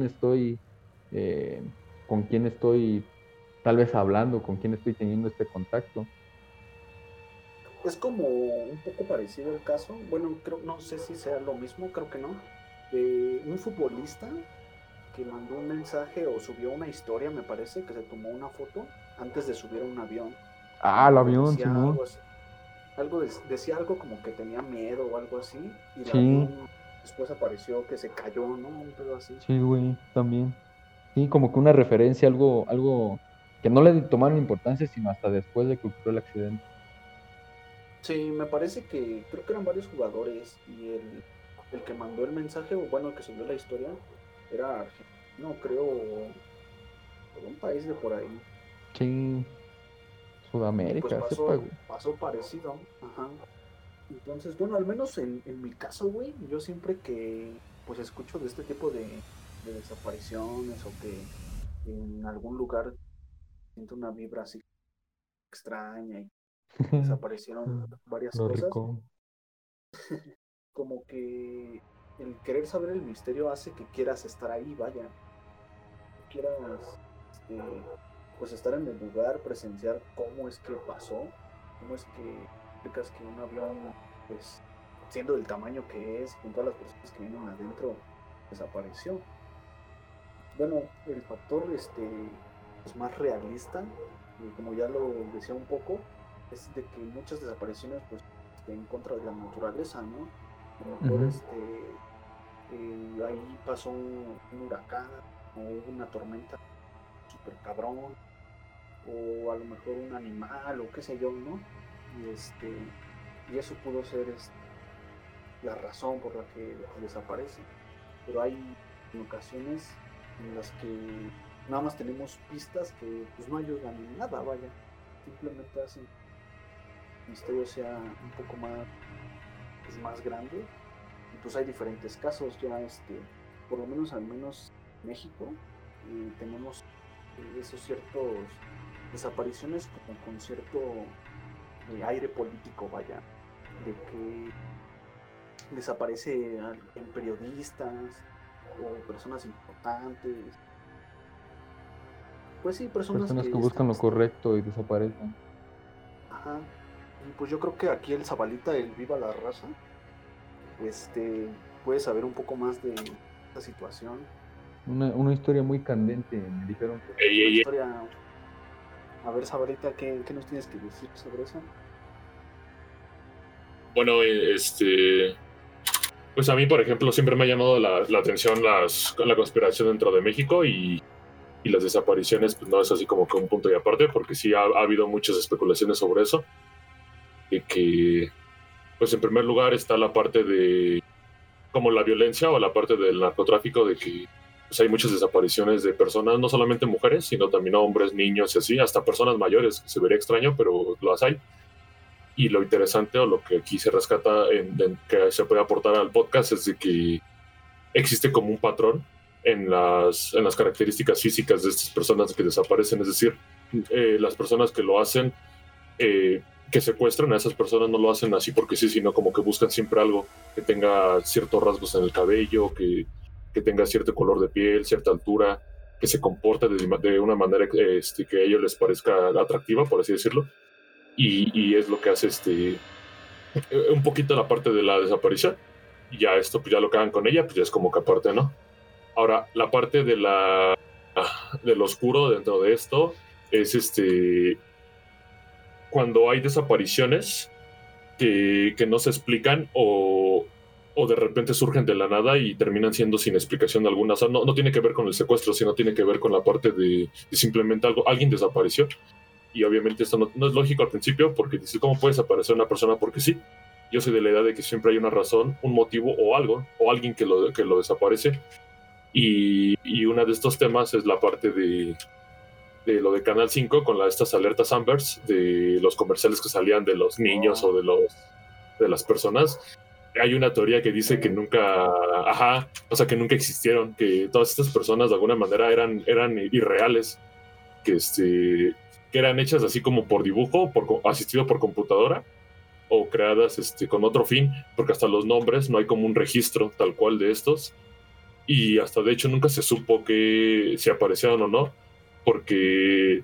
eh, con quién estoy tal vez hablando, con quién estoy teniendo este contacto? Es como un poco parecido el caso, bueno, no sé si sea lo mismo, creo que no, de un futbolista que mandó un mensaje o subió una historia, me parece, que se tomó una foto antes de subir a un avión. Ah, el avión, Decía Simón. algo así, decía algo como que tenía miedo o algo así, y el Sí, avión después apareció que se cayó, ¿no? Un pedo así. sí, güey, también. Sí, como que una referencia, algo que no le tomaron importancia, sino hasta después de que ocurrió el accidente. Sí, me parece que creo que eran varios jugadores y el que mandó el mensaje, o bueno, el que subió la historia, era argentino, creo, por un país de por ahí. Sí, Y pues Sudamérica, sepa, güey. pasó parecido, ajá. Entonces, bueno, al menos en mi caso, güey, yo siempre que pues escucho de este tipo de desapariciones o que en algún lugar siento una vibra así extraña y desaparecieron varias Lo cosas, rico. como que el querer saber el misterio hace que quieras estar ahí, vaya, que quieras este, pues estar en el lugar, presenciar cómo es que pasó, cómo es que explicas que un avión, pues siendo del tamaño que es, con todas las personas que vienen adentro, desapareció. Bueno, el factor pues, más realista, como ya lo decía un poco, es de que muchas desapariciones pues en contra de la naturaleza, ¿no? A lo mejor ahí pasó un huracán o una tormenta súper cabrón, o a lo mejor un animal, o qué sé yo, ¿no? Y eso pudo ser la razón por la que desaparece. Pero hay en ocasiones en las que nada más tenemos pistas que pues no ayudan en nada, vaya. Simplemente hacen que el misterio sea un poco más grande. Y pues hay diferentes casos ya, por lo menos al menos en México, tenemos esos ciertos desapariciones como con cierto aire político, vaya, de que desaparece en periodistas o personas importantes. Pues sí, personas que buscan lo correcto y desaparecen. Ajá. Y pues yo creo que aquí el Zabalita, el Viva la Raza, puede saber un poco más de esta situación. Una historia muy candente, me dijeron. Una historia... A ver, Zabalita, ¿qué nos tienes que decir sobre eso? Bueno, pues a mí, por ejemplo, siempre me ha llamado la atención la conspiración dentro de México y las desapariciones, pues no es así como que un punto y aparte, porque sí ha habido muchas especulaciones sobre eso. De que, pues en primer lugar está la parte de como la violencia o la parte del narcotráfico, de que pues hay muchas desapariciones de personas, no solamente mujeres, sino también hombres, niños y así, hasta personas mayores, que se vería extraño, pero las hay. Y lo interesante o lo que aquí se rescata, que se puede aportar al podcast, es de que existe como un patrón en las características físicas de estas personas que desaparecen. Es decir, las personas que lo hacen, que secuestran a esas personas, no lo hacen así porque sí, sino como que buscan siempre algo que tenga ciertos rasgos en el cabello, que tenga cierto color de piel, cierta altura, que se comporte de una manera que a ellos les parezca atractiva, por así decirlo. Y es lo que hace un poquito la parte de la desaparición. Y ya esto, pues ya lo que hagan con ella, pues ya es como que aparte, ¿no? Ahora, la parte del oscuro dentro de esto es cuando hay desapariciones que no se explican o de repente surgen de la nada y terminan siendo sin explicación alguna. O sea, no tiene que ver con el secuestro, sino tiene que ver con la parte de simplemente alguien desapareció. Y obviamente esto no es lógico al principio, porque dices, ¿cómo puede desaparecer una persona? Porque sí. Yo soy de la idea de que siempre hay una razón, un motivo o algo, o alguien que lo desaparece. Y uno de estos temas es la parte de lo de Canal 5 con estas alertas Ambers de los comerciales que salían de los niños o de las personas. Hay una teoría que dice que nunca, que nunca existieron, que todas estas personas de alguna manera eran irreales, que eran hechas así como por dibujo, asistido por computadora, o creadas con otro fin, porque hasta los nombres no hay como un registro tal cual de estos, y hasta de hecho nunca se supo que si aparecieron o no, porque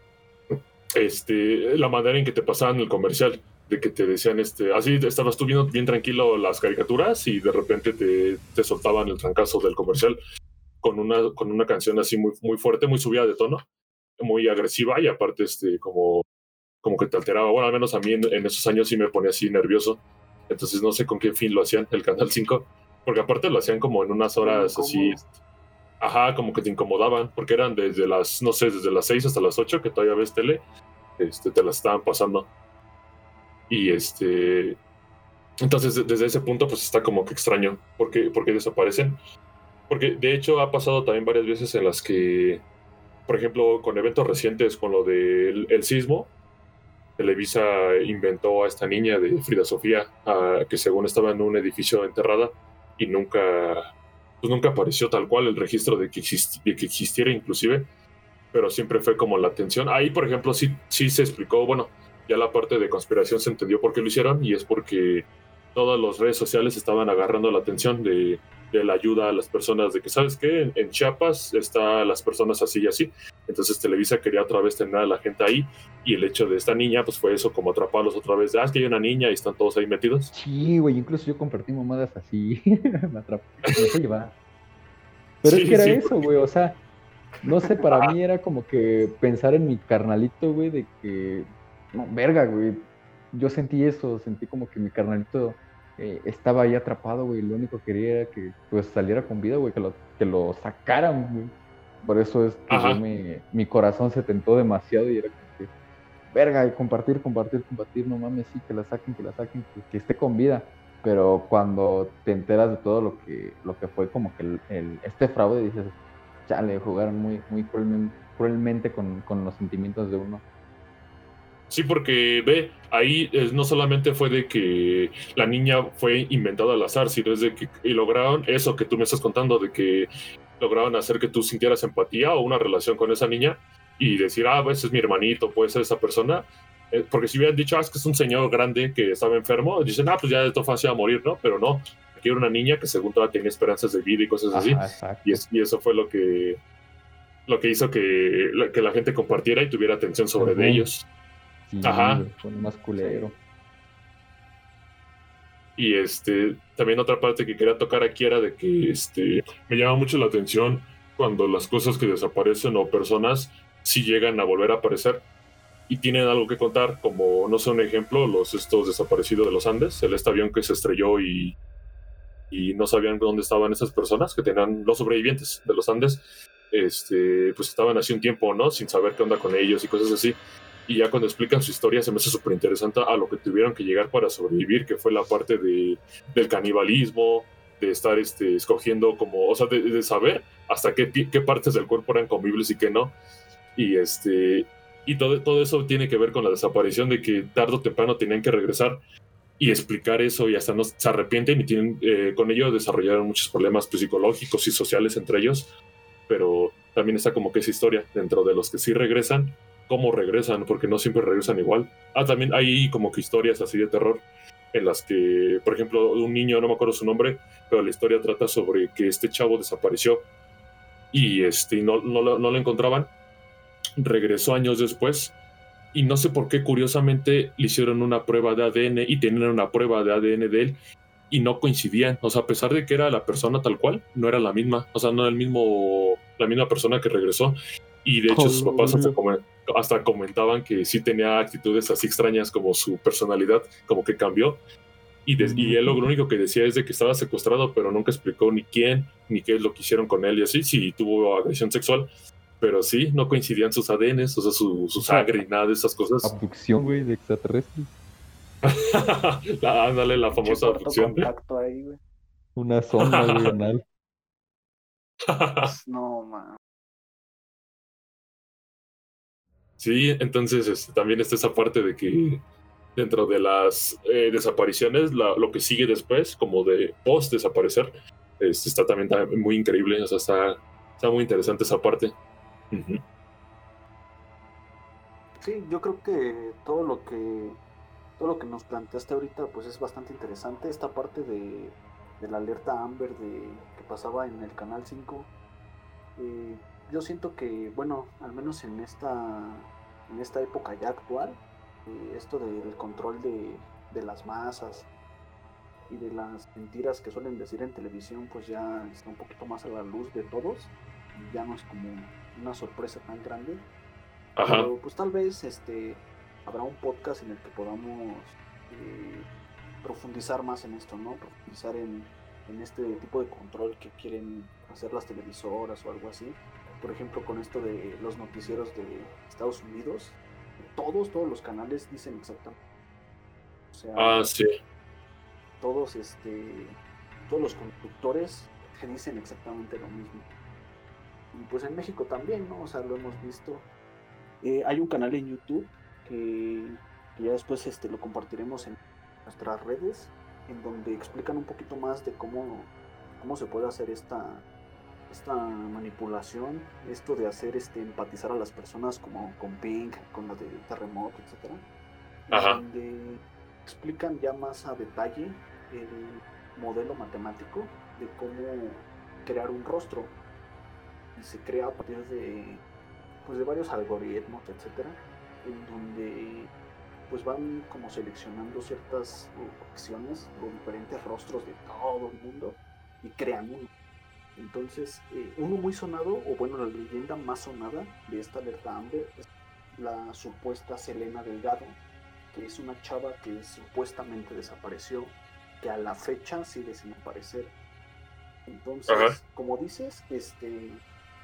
la manera en que te pasaban el comercial, de que te decían así estabas tú viendo bien tranquilo las caricaturas y de repente te soltaban el trancazo del comercial con una canción así muy, muy fuerte, muy subida de tono, muy agresiva, y aparte como que te alteraba. Bueno, al menos a mí en esos años sí me ponía así nervioso. Entonces no sé con qué fin lo hacían el Canal 5, porque aparte lo hacían como en unas horas así, como que te incomodaban, porque eran desde las 6 hasta las 8 que todavía ves tele, te las estaban pasando. Y entonces desde ese punto pues está como que extraño por qué desaparecen, porque de hecho ha pasado también varias veces en las que, por ejemplo, con eventos recientes, con lo del sismo, Televisa inventó a esta niña de Frida Sofía, que según estaba en un edificio enterrada, y nunca apareció tal cual el registro de que existiera inclusive, pero siempre fue como la atención. Ahí, por ejemplo, sí se explicó, bueno, ya la parte de conspiración se entendió por qué lo hicieron, y es porque todas las redes sociales estaban agarrando la atención de la ayuda a las personas, de que, ¿sabes qué? En Chiapas están las personas así y así. Entonces Televisa quería otra vez tener a la gente ahí, y el hecho de esta niña pues fue eso, como atraparlos otra vez, es que hay una niña y están todos ahí metidos. Sí, güey, incluso yo compartí mamadas así. Me atrapó, me dejó llevar. Pero sí, es que era eso, güey, o sea, no sé, para mí era como que pensar en mi carnalito, güey, de que, no, verga, güey, yo sentí como que mi carnalito estaba ahí atrapado, güey, lo único que quería era que pues saliera con vida, güey, que lo sacaran, güey. Por eso es que Ajá. mi corazón se tentó demasiado y era como que, verga, compartir, no mames, sí, que la saquen, que esté con vida. Pero cuando te enteras de todo lo que fue como que este fraude, dices, chale, jugaron muy, muy cruelmente con los sentimientos de uno. Sí, porque ve, ahí no solamente fue de que la niña fue inventada al azar, sino es de que y lograron eso que tú me estás contando, de que lograron hacer que tú sintieras empatía o una relación con esa niña y decir, ah, ese es mi hermanito, puede ser esa persona. Porque si hubieran dicho, ah, es que es un señor grande que estaba enfermo, dicen, ah, pues ya esto fue así a morir, ¿no? Pero no, aquí era una niña que según todavía tenía esperanzas de vida y cosas así. Ajá, exacto. Y eso fue lo que hizo que la gente compartiera y tuviera atención El sobre de boom. ellos. Sí, Ajá. güey, fue lo más Sí. culero. Y también otra parte que quería tocar aquí era de que me llama mucho la atención cuando las cosas que desaparecen o personas sí llegan a volver a aparecer y tienen algo que contar, como, no sé, un ejemplo, estos desaparecidos de los Andes, este avión que se estrelló y no sabían dónde estaban esas personas que tenían los sobrevivientes de los Andes, pues estaban hace un tiempo, ¿no? Sin saber qué onda con ellos y cosas así. Y ya cuando explican su historia se me hace súper interesante a lo que tuvieron que llegar para sobrevivir, que fue la parte del canibalismo, de estar escogiendo como, o sea, de saber hasta qué partes del cuerpo eran comibles y qué no. Y y todo eso tiene que ver con la desaparición de que tarde o temprano tenían que regresar y explicar eso y hasta no se arrepienten y tienen con ello desarrollaron muchos problemas psicológicos y sociales entre ellos, pero también está como que esa historia dentro de los que sí regresan, cómo regresan, porque no siempre regresan igual. También hay como que historias así de terror en las que, por ejemplo, un niño, no me acuerdo su nombre, pero la historia trata sobre que este chavo desapareció y no lo encontraban, regresó años después y no sé por qué curiosamente le hicieron una prueba de ADN y tenían una prueba de ADN de él y no coincidían, o sea, a pesar de que era la persona tal cual, no era la misma, o sea, no era la misma persona que regresó y de hecho sus papás hasta comentaban que sí tenía actitudes así extrañas como su personalidad, como que cambió y él lo único que decía es de que estaba secuestrado, pero nunca explicó ni quién, ni qué es lo que hicieron con él y así, si tuvo agresión sexual, pero sí, no coincidían sus ADNs, o sea, su sangre y nada de esas cosas. Abducción, güey, de extraterrestres. Ándale, la Pinche famosa corto abducción. contacto ahí, güey. Una sonda, güey, anal. No, man. Sí, entonces también está esa parte de que dentro de las desapariciones, lo que sigue después, como de post desaparecer, está también muy increíble, o sea, está muy interesante esa parte. Ujú. Sí, yo creo que todo lo que nos planteaste ahorita pues es bastante interesante. Esta parte de la alerta Amber que pasaba en el Canal 5, yo siento que, bueno, al menos en esta época ya actual, esto del control de las masas y de las mentiras que suelen decir en televisión, pues ya está un poquito más a la luz de todos. Ya no es como una sorpresa tan grande. Ajá. Pero pues tal vez habrá un podcast en el que podamos profundizar más en esto, ¿no? Profundizar en este tipo de control que quieren hacer las televisoras o algo así. Por ejemplo, con esto de los noticieros de Estados Unidos, todos los canales dicen exactamente. O sea, Sí. todos, todos los conductores te dicen exactamente lo mismo. Y pues en México también, ¿no? O sea, lo hemos visto. Hay un canal en YouTube que ya después lo compartiremos en nuestras redes, en donde explican un poquito más de cómo se puede hacer esta manipulación, esto de hacer empatizar a las personas como con Pink, con lo del terremoto, etc. Ajá. Donde explican ya más a detalle el modelo matemático de cómo crear un rostro, y se crea a partir de varios algoritmos, etcétera, en donde pues van como seleccionando ciertas acciones de diferentes rostros de todo el mundo y crean uno. Entonces, uno muy sonado, o bueno, la leyenda más sonada de esta alerta Amber es la supuesta Selena Delgado, que es una chava que supuestamente desapareció, que a la fecha sigue sin aparecer. Entonces, Ajá. como dices,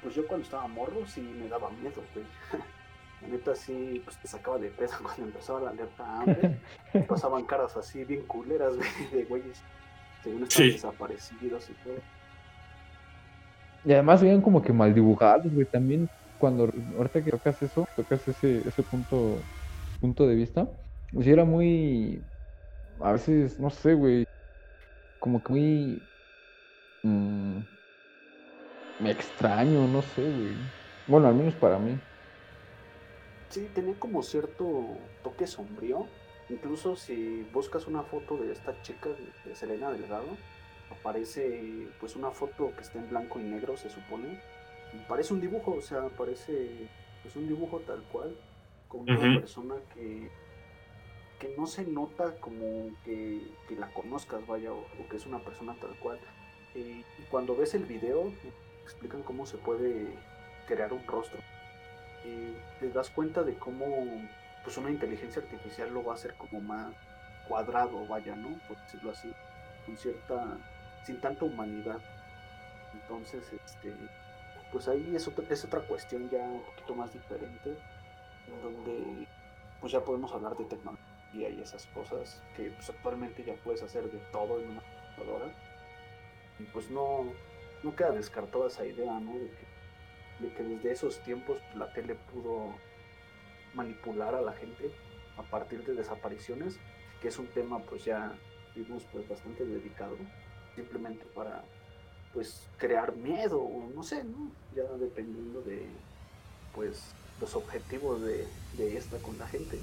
pues yo cuando estaba morro sí me daba miedo, güey. La neta sí, pues te sacaba de peso cuando empezaba la alerta Amber. Pasaban caras así bien culeras, güey, de güeyes según estaban Sí. desaparecidos y todo. Y además se veían como que mal dibujados, güey. También cuando, ahorita que tocas eso, tocas ese punto de vista, pues sí era muy, a veces, no sé, güey, como que muy mm, extraño, no sé, güey. Bueno, al menos para mí. Sí, tenía como cierto toque sombrío. Incluso si buscas una foto de esta chica, de Selena Delgado, aparece pues una foto que está en blanco y negro, se supone. Y parece un dibujo, o sea, parece pues un dibujo tal cual, con una Ujú. persona que no se nota como que la conozcas, vaya, o que es una persona tal cual. Y cuando ves el video, explican cómo se puede crear un rostro. Te das cuenta de cómo pues una inteligencia artificial lo va a hacer como más cuadrado, vaya, ¿no? Por decirlo así, con cierta, sin tanta humanidad. Entonces, pues ahí es otra cuestión ya un poquito más diferente, en donde pues ya podemos hablar de tecnología y esas cosas que pues actualmente ya puedes hacer de todo en una computadora. Y pues no queda descartada esa idea, ¿no? De que desde esos tiempos pues, la tele pudo manipular a la gente a partir de desapariciones, que es un tema pues ya vimos pues bastante dedicado, simplemente para pues crear miedo o no sé, ¿no? Ya dependiendo de pues los objetivos de esta con la gente.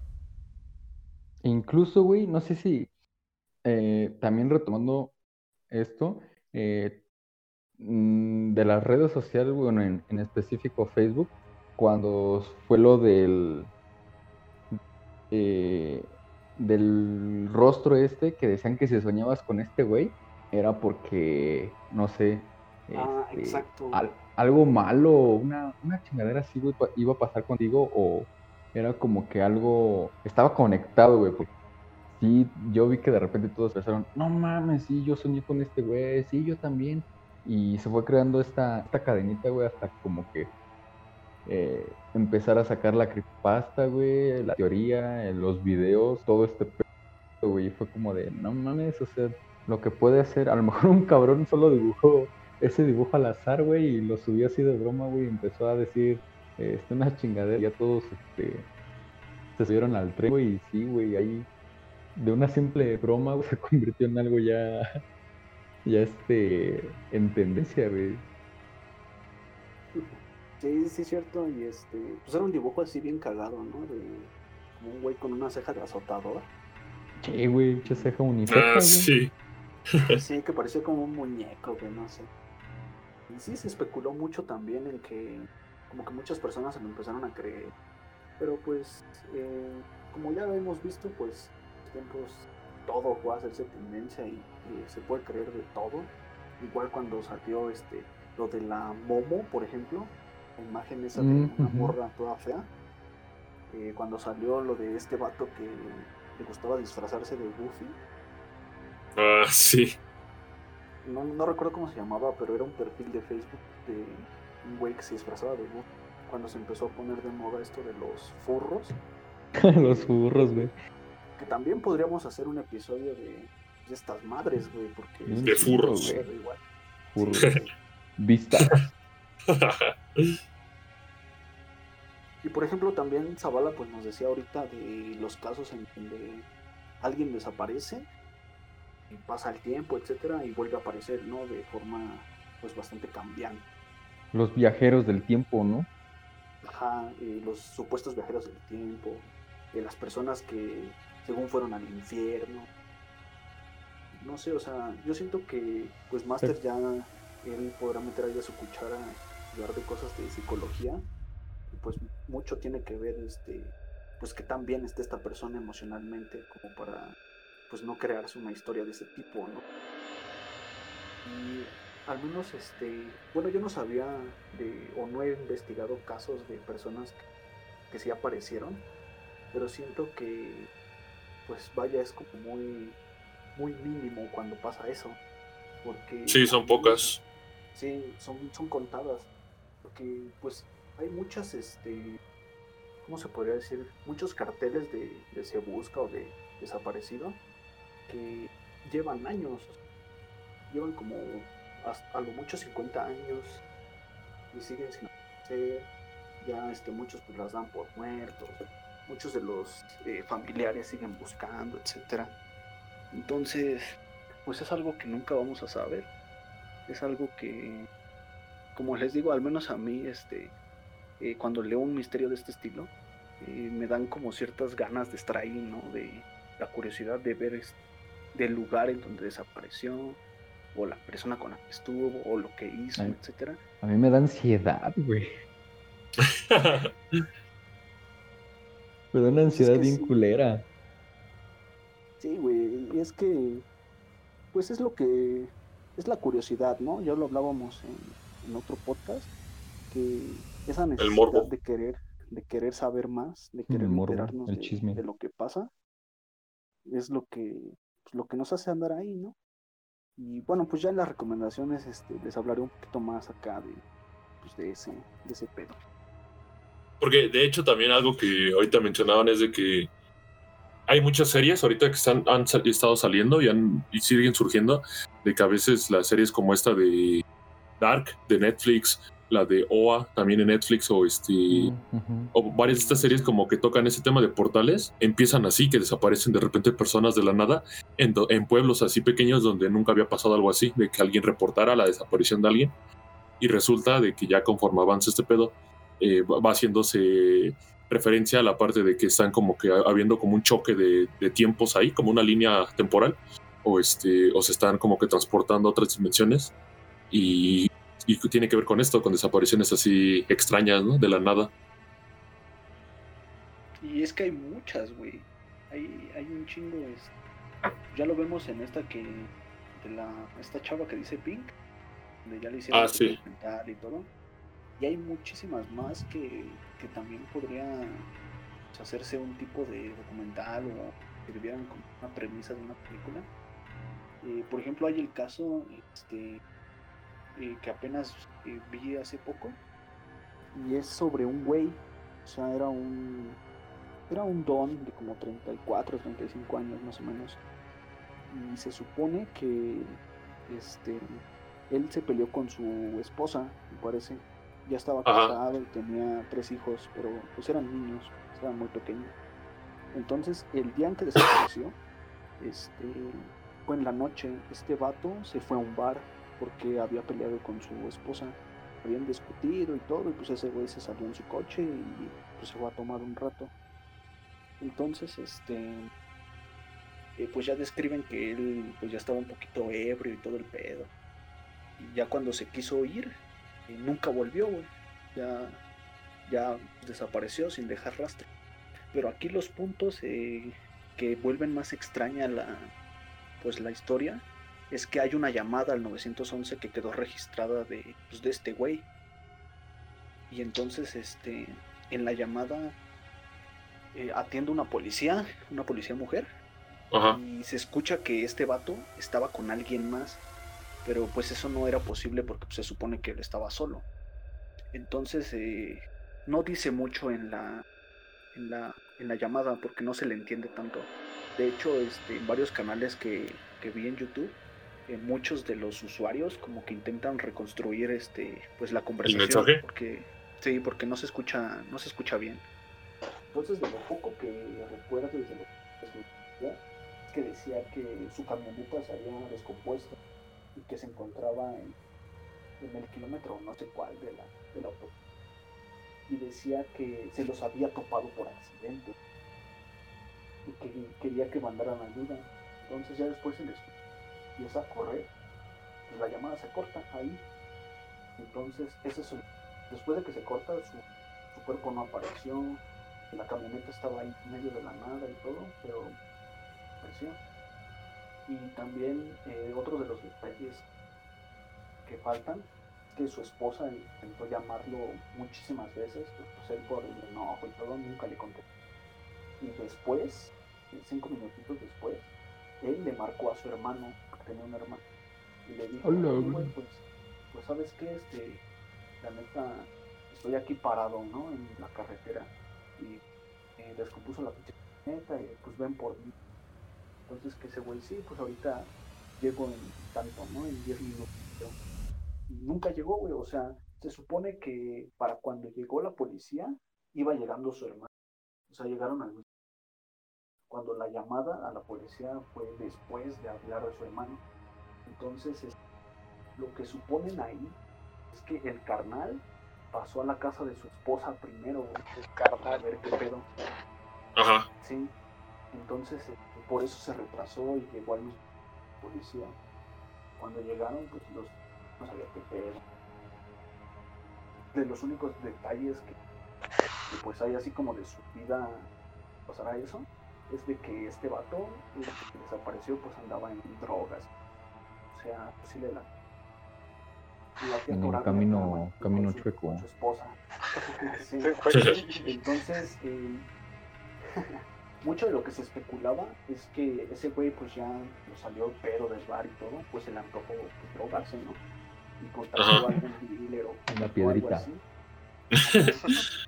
E incluso, güey, no sé si también retomando esto, eh, de las redes sociales, bueno, en específico Facebook, cuando fue lo eh, del rostro este, que decían que si soñabas con este güey, era porque, no sé, Ah, exacto. algo malo, una chingadera así, güey, iba a pasar contigo, o era como que algo, estaba conectado, güey, porque sí, yo vi que de repente todos pensaron, no mames, sí, yo soñé con este güey, sí, yo también. Y se fue creando esta cadenita, güey, hasta como que empezar a sacar la creepypasta, güey, la teoría, los videos, todo este pedo, güey. Y fue como de, no mames, o sea, lo que puede hacer, a lo mejor un cabrón solo dibujó ese dibujo al azar, güey, y lo subió así de broma, güey, y empezó a decir, una chingadera, y ya todos, se subieron al tren, güey, y sí, güey, ahí de una simple broma, güey, se convirtió en algo ya en tendencia, güey. Sí, sí, cierto. Y pues era un dibujo así bien cagado, ¿no? Como un güey con una ceja de azotador. Sí, güey, pinche ceja Ah, uniceja, güey. sí. Sí, que parecía como un muñeco, güey, no sé. Y sí, se especuló mucho también en que como que muchas personas se lo empezaron a creer. Pero pues, como ya hemos visto, pues, en los tiempos todo puede hacerse tendencia y se puede creer de todo. Igual cuando salió lo de la Momo, por ejemplo, la imagen esa de una Ujú. morra toda fea. Cuando salió lo de este vato que le gustaba disfrazarse de Goofy. Ah, sí. No recuerdo cómo se llamaba, pero era un perfil de Facebook de un güey que se disfrazaba de Goofy. Cuando se empezó a poner de moda esto de los furros. Los eh, furros, güey. que también podríamos hacer un episodio de estas madres, güey, porque De un De sí siguen chingo, furros. güey. existiendo igual. Sí, Furros. Vistas. y por ejemplo también Zavala pues nos decía ahorita de los casos en donde alguien desaparece y pasa el tiempo, etcétera, y vuelve a aparecer, ¿no? De forma pues bastante cambiante. Los viajeros del tiempo, ¿no? Ajá, los supuestos viajeros del tiempo, las personas que según fueron al infierno, no sé, o sea, yo siento que pues Master ya él podrá meter ahí a su cuchara y hablar de cosas de psicología, y pues mucho tiene que ver pues que tan bien esté esta persona emocionalmente como para pues no crearse una historia de ese tipo, ¿no? Y al menos bueno, yo no sabía o no he investigado casos de personas que sí aparecieron, pero siento que pues vaya, es como muy mínimo cuando pasa eso, porque Sí, al son menos pocas. sí, son contadas. porque pues hay muchas, ¿cómo se podría decir? Muchos carteles de se busca o de desaparecido que llevan años, llevan como a lo mucho 50 años y siguen sin aparecer. Ya muchos pues las dan por muertos, muchos de los familiares siguen buscando, etcétera. Entonces, pues es algo que nunca vamos a saber. Es algo que, como les digo, al menos a mí, cuando leo un misterio de este estilo, me dan como ciertas ganas de estar ahí, ¿no? De la curiosidad de ver del lugar en donde desapareció, o la persona con la que estuvo, o lo que hizo, Ay, etcétera. a mí me da ansiedad, güey. Me da una Pues es ansiedad que bien sí, culera. sí, güey, y es que, pues es lo que, es la curiosidad, ¿no? Ya lo hablábamos en otro podcast, que esa El necesidad morbo. De querer saber más, de El querer morbo, enterarnos el chisme. de lo que pasa, es pues, lo que nos hace andar ahí, ¿no? Y bueno, pues ya en las recomendaciones, les hablaré un poquito más acá pues de ese pedo. Porque de hecho también algo que ahorita mencionaban es de que hay muchas series ahorita que estado saliendo y siguen surgiendo, de que a veces las series como esta de Dark de Netflix, la de OA también en Netflix Ujú. o varias de estas series Sí, como que tocan ese tema de portales, empiezan así, que desaparecen de repente personas de la nada en pueblos así pequeños donde nunca había pasado algo así, de que alguien reportara la desaparición de alguien y resulta de que ya conforme avanza este pedo, va haciéndose referencia a la parte de que están como que habiendo como un choque de tiempos ahí, como una línea temporal, o se están como que transportando a otras dimensiones y, y tiene que ver con esto, con desapariciones así extrañas, ¿no? De la nada. y es que hay muchas, güey. Hay un chingo, ya lo vemos en esta chava que dice Pink, donde ya le hicieron Ah, su sí. documental y todo. Y hay muchísimas más que también podría pues, hacerse un tipo de documental o sirvieran como una premisa de una película. Por ejemplo, hay el caso que apenas vi hace poco y es sobre un güey, o sea, era un don de como 34, 35 años más o menos. Y se supone que este, él se peleó con su esposa, me parece. Ya estaba Ajá. casado y tenía 3 hijos, pero pues eran niños, estaban muy pequeños. Entonces, el día en que desapareció, fue en la noche, este vato se fue a un bar porque había peleado con su esposa. Habían discutido y todo, y pues ese güey se salió en su coche y pues se fue a tomar un rato. Entonces, pues ya describen que él pues ya estaba un poquito ebrio y todo el pedo. Y ya cuando se quiso ir, nunca volvió, güey. Ya, ya desapareció sin dejar rastro. Pero aquí los puntos que vuelven más extraña pues la historia es que hay una llamada al 911 que quedó registrada pues de este güey. Y entonces, en la llamada atiende una policía mujer, Ajá. y se escucha que este vato estaba con alguien más, pero pues eso no era posible porque pues, se supone que él estaba solo. Entonces, no dice mucho en la llamada porque no se le entiende tanto. De hecho, en varios canales que vi en YouTube, muchos de los usuarios como que intentan reconstruir pues la ¿El conversación mensaje? porque sí, porque no se escucha bien. Entonces, de lo poco que recuerdo desde lo que es que decía que su camioneta se había descompuesto y que se encontraba en el kilómetro no sé cuál de la autopista, y decía que se los había topado por accidente y que quería que mandaran ayuda. Entonces ya después se les empieza a correr, pues la llamada se corta ahí. Entonces después de que se corta, su cuerpo no apareció, la camioneta estaba ahí en medio de la nada y todo, pero apareció. Y también otro de los detalles que faltan es que su esposa intentó llamarlo muchísimas veces, pero pues él por el enojo y todo nunca le contestó. Y después, 5 minutitos después, él le marcó a su hermano, porque tenía un hermano, y le dijo, Hola, oye, güey. güey, pues sabes qué, la neta, estoy aquí parado, ¿no? En la carretera y descompuso la pinche camioneta y pues ven por mí. Entonces que ese güey, sí, pues ahorita llego en tanto, ¿no? En 10 minutos. Y nunca llegó, güey, o sea, se supone que para cuando llegó la policía iba llegando su hermano. O sea, llegaron al mismo. Cuando la llamada a la policía fue después de hablar de su hermano. Entonces, lo que suponen ahí es que el carnal pasó a la casa de su esposa primero, güey, El carnal. a ver qué pedo. Ajá. Sí, entonces por eso se retrasó y llegó al mismo policía. Cuando llegaron, pues no sabía qué pedo. De los únicos detalles que pues hay así como de su vida pasará eso, es de que este vato, el que desapareció, pues andaba en drogas. O sea, pues sí En el camino chueco. Con su esposa. Sí. Entonces, mucho de lo que se especulaba es que ese güey pues ya lo salió pedo del bar y todo, pues se le antojó pues, drogarse, ¿no? Y contactó a algún dealer o una piedrita. algo así.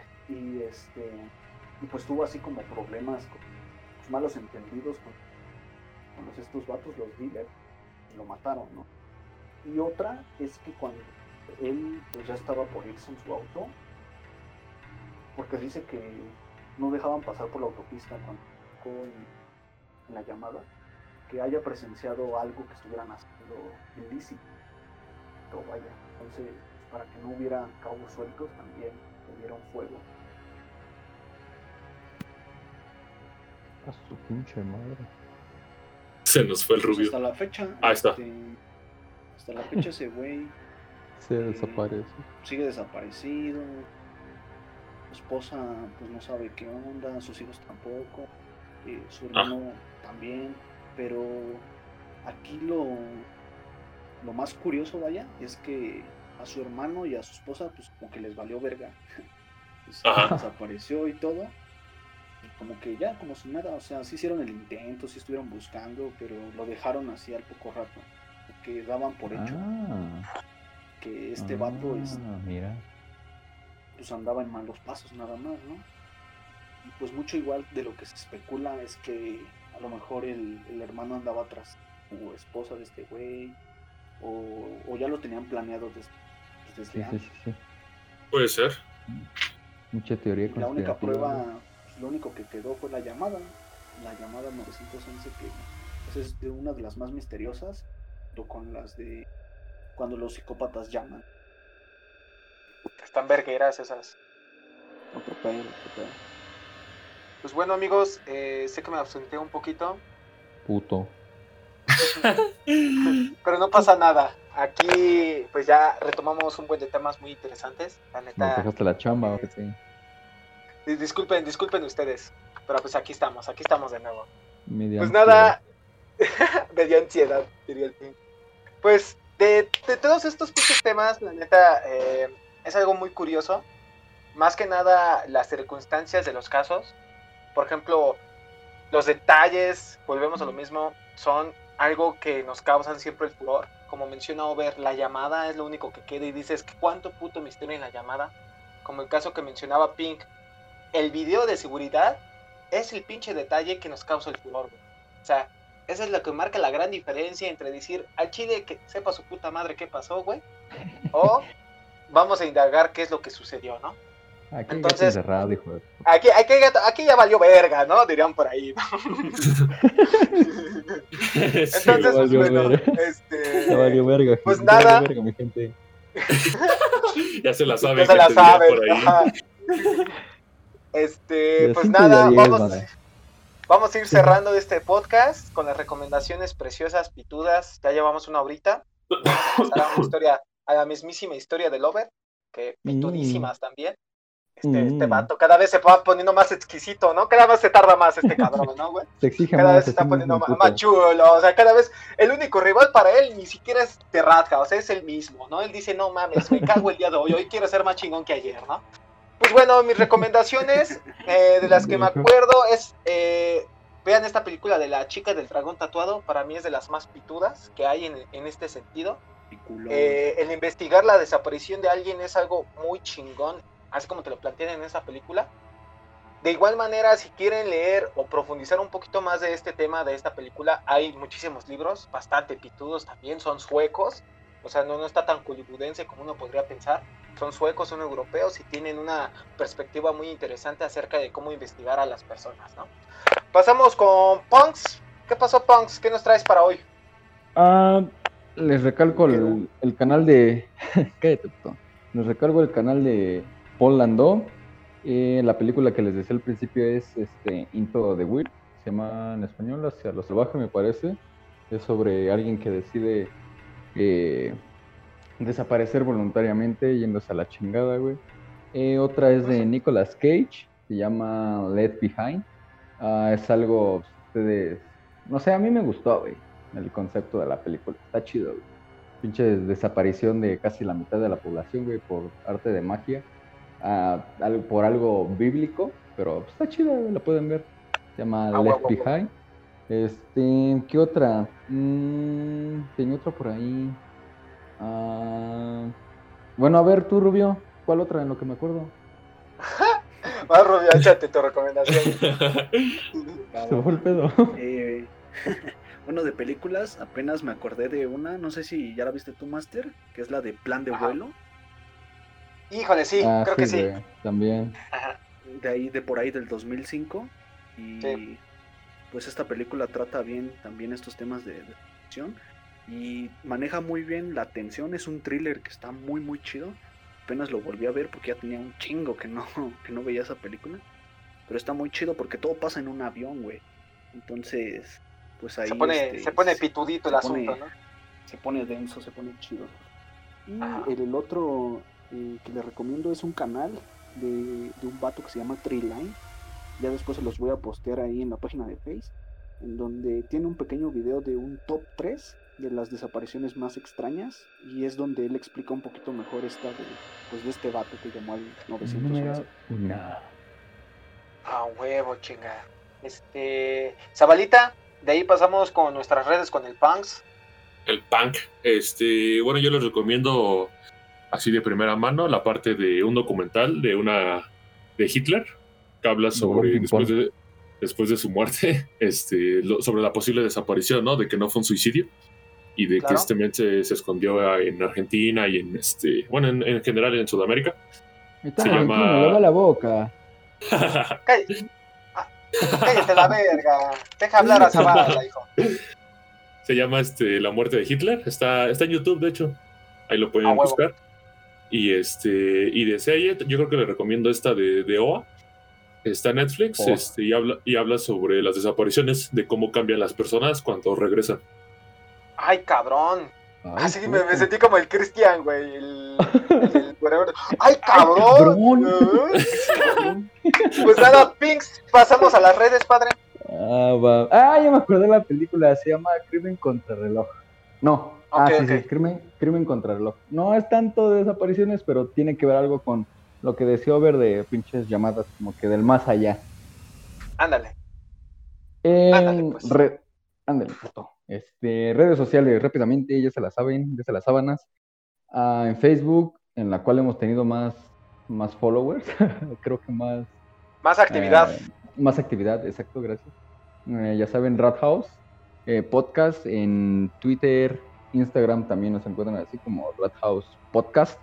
Y pues tuvo así como problemas con pues, malos entendidos con estos vatos, los dealers, y lo mataron, ¿no? Y otra es que cuando él pues, ya estaba por irse en su auto, porque dice que no dejaban pasar por la autopista cuando tocó en la llamada, que haya presenciado algo que estuvieran haciendo ilícito, vaya. Entonces, para que no hubiera cabos sueltos, también le dieron fuego. A su pinche madre. Se nos fue el Pues rubio. hasta la fecha. Ahí está. Hasta la fecha ese güey Se desaparece. sigue desaparecido. Su esposa pues no sabe qué onda, sus hijos tampoco, su hermano también, pero aquí lo más curioso, vaya, es que a su hermano y a su esposa pues como que les valió verga. Pues, desapareció y todo, y como que ya, como si nada, o sea, sí hicieron el intento, sí estuvieron buscando, pero lo dejaron así al poco rato, porque daban por hecho que este vato mira. pues andaba en malos pasos nada más, ¿no? Y pues mucho igual de lo que se especula es que a lo mejor el hermano andaba tras su esposa de este güey, o ya lo tenían planeado desde antes. Sí. Puede ser. Mucha teoría Y la única conspirativa. prueba, pues, lo único que quedó fue la llamada 911, que pues, es de una de las más misteriosas, junto con las de cuando los psicópatas llaman. Están vergueras esas. Otro pedo. Pues bueno, amigos, sé que me absenté un poquito, Puto. pero no pasa nada. Aquí pues ya retomamos un buen de temas muy interesantes. La ¿Nos neta, dejaste la chamba o qué sí? disculpen ustedes, pero pues aquí estamos de nuevo. Media Pues ansiedad. nada, me dio ansiedad, diría el Pink. Pues de todos estos pinches temas, la neta, es algo muy curioso. Más que nada las circunstancias de los casos. Por ejemplo, los detalles, volvemos a lo mismo, son algo que nos causan siempre el furor. Como menciona Over, la llamada es lo único que queda y dices, ¿cuánto puto misterio en la llamada? Como el caso que mencionaba Pink, el video de seguridad es el pinche detalle que nos causa el furor, güey. O sea, eso es lo que marca la gran diferencia entre decir al chile que sepa su puta madre qué pasó, güey, o vamos a indagar qué es lo que sucedió, ¿no? Aquí Entonces, encerrado, hijo de... Aquí ya valió verga, ¿no? Dirían por ahí, ¿no? Entonces, Sí, pues valió bueno, verga. Ya valió verga. pues ya nada. valió verga, mi gente. ya se la saben. Ya se la gente, diría saben, por ahí. ajá. De Pues 5 nada, ya 10, madre. vamos a ir cerrando este podcast con las recomendaciones preciosas, pitudas. Ya llevamos una horita. Vamos a pasar a una historia, a la mismísima historia del Over, que pitudísimas también. Este vato cada vez se va poniendo más exquisito, ¿no? Cada vez se tarda más este cabrón, ¿no, güey? Se exige Cada más. vez se está poniendo más chulo, o sea, cada vez el único rival para él ni siquiera es Terradja, o sea, es el mismo, ¿no? Él dice, no mames, me cago el día de hoy quiero ser más chingón que ayer, ¿no? Pues bueno, mis recomendaciones, de las que me acuerdo es, vean esta película de La chica del dragón tatuado, para mí es de las más pitudas que hay en este sentido. el investigar la desaparición de alguien es algo muy chingón, así como te lo plantean en esa película. De igual manera, si quieren leer o profundizar un poquito más de este tema, de esta película, hay muchísimos libros, bastante pitudos también, son suecos, o sea, no está tan hollywoodense como uno podría pensar, son suecos, son europeos y tienen una perspectiva muy interesante acerca de cómo investigar a las personas, ¿no? Pasamos con Punks. ¿Qué pasó, Punks? ¿Qué nos traes para hoy? Les recalco el canal de... Cállate, puto. Les recalco el canal de Paul Landau. La película que les decía al principio es Into the Wild. Se llama en español Hacia lo salvaje, me parece. Es sobre alguien que decide desaparecer voluntariamente yéndose a la chingada, güey. Otra es de Nicolas Cage. Se llama Left Behind. Es algo... Ustedes... No sé, a mí me gustó, güey, el concepto de la película. Está chido, güey. Pinche desaparición de casi la mitad de la población, güey, por arte de magia. Por algo bíblico, pero pues, está chido, güey, la pueden ver. Se llama Left Behind. ¿Qué otra? Tenía otra por ahí. Bueno, a ver, tú, Rubio, ¿cuál otra en lo que me acuerdo? Rubio, échate tu recomendación. Se fue el pedo. Bueno, de películas, apenas me acordé de una, no sé si ya la viste tú, Master, que es la de Plan de Vuelo. Híjole, sí, creo que sí. Güey, también. Ajá. De por ahí del 2005. Y sí, pues esta película trata bien también estos temas de acción. Y maneja muy bien la tensión, es un thriller que está muy muy chido. Apenas lo volví a ver porque ya tenía un chingo que no veía esa película. Pero está muy chido porque todo pasa en un avión, güey. Entonces, pues ahí... Se pone pitudito el asunto, ¿no? Se pone denso, se pone chido. Y el otro que les recomiendo es un canal de un vato que se llama Treeline. Ya después se los voy a postear ahí en la página de Face. En donde tiene un pequeño video de un top 3 de las desapariciones más extrañas. Y es donde él explica un poquito mejor esta de este vato que llamó al 911. Huevo, chinga. Zabalita, de ahí pasamos con nuestras redes con el Punks. El Punk. Bueno, yo les recomiendo así de primera mano la parte de un documental de Hitler, que habla sobre después de su muerte, sobre la posible desaparición, ¿no? De que no fue un suicidio y de que este men se escondió en Argentina y en general en Sudamérica. Se llama... No lava la boca. Cállate la verga. Deja hablar a Zavala, hijo. Se llama La muerte de Hitler. Está en YouTube, de hecho. Ahí lo pueden buscar. Y de serie, yo creo que le recomiendo esta de OA. Está en Netflix, y habla sobre las desapariciones, de cómo cambian las personas cuando regresan. Ay, cabrón. Así me sentí como el Cristian, güey. ¡Ay, cabrón! Pues nada, Pinks, pasamos a las redes, padre. Ya me acordé de la película, se llama Crimen contra Reloj. No, sí, Crimen contra Reloj. No es tanto de desapariciones, pero tiene que ver algo con lo que decía Over de pinches llamadas, como que del más allá. Ándale. Ándale, puto. Redes sociales, rápidamente, ya se las saben, ya se las sábanas. En Facebook, en la cual hemos tenido más followers, creo que más actividad. Más actividad, exacto, gracias. Ya saben, Rat House, podcast en Twitter, Instagram también nos encuentran así como Rat House Podcast.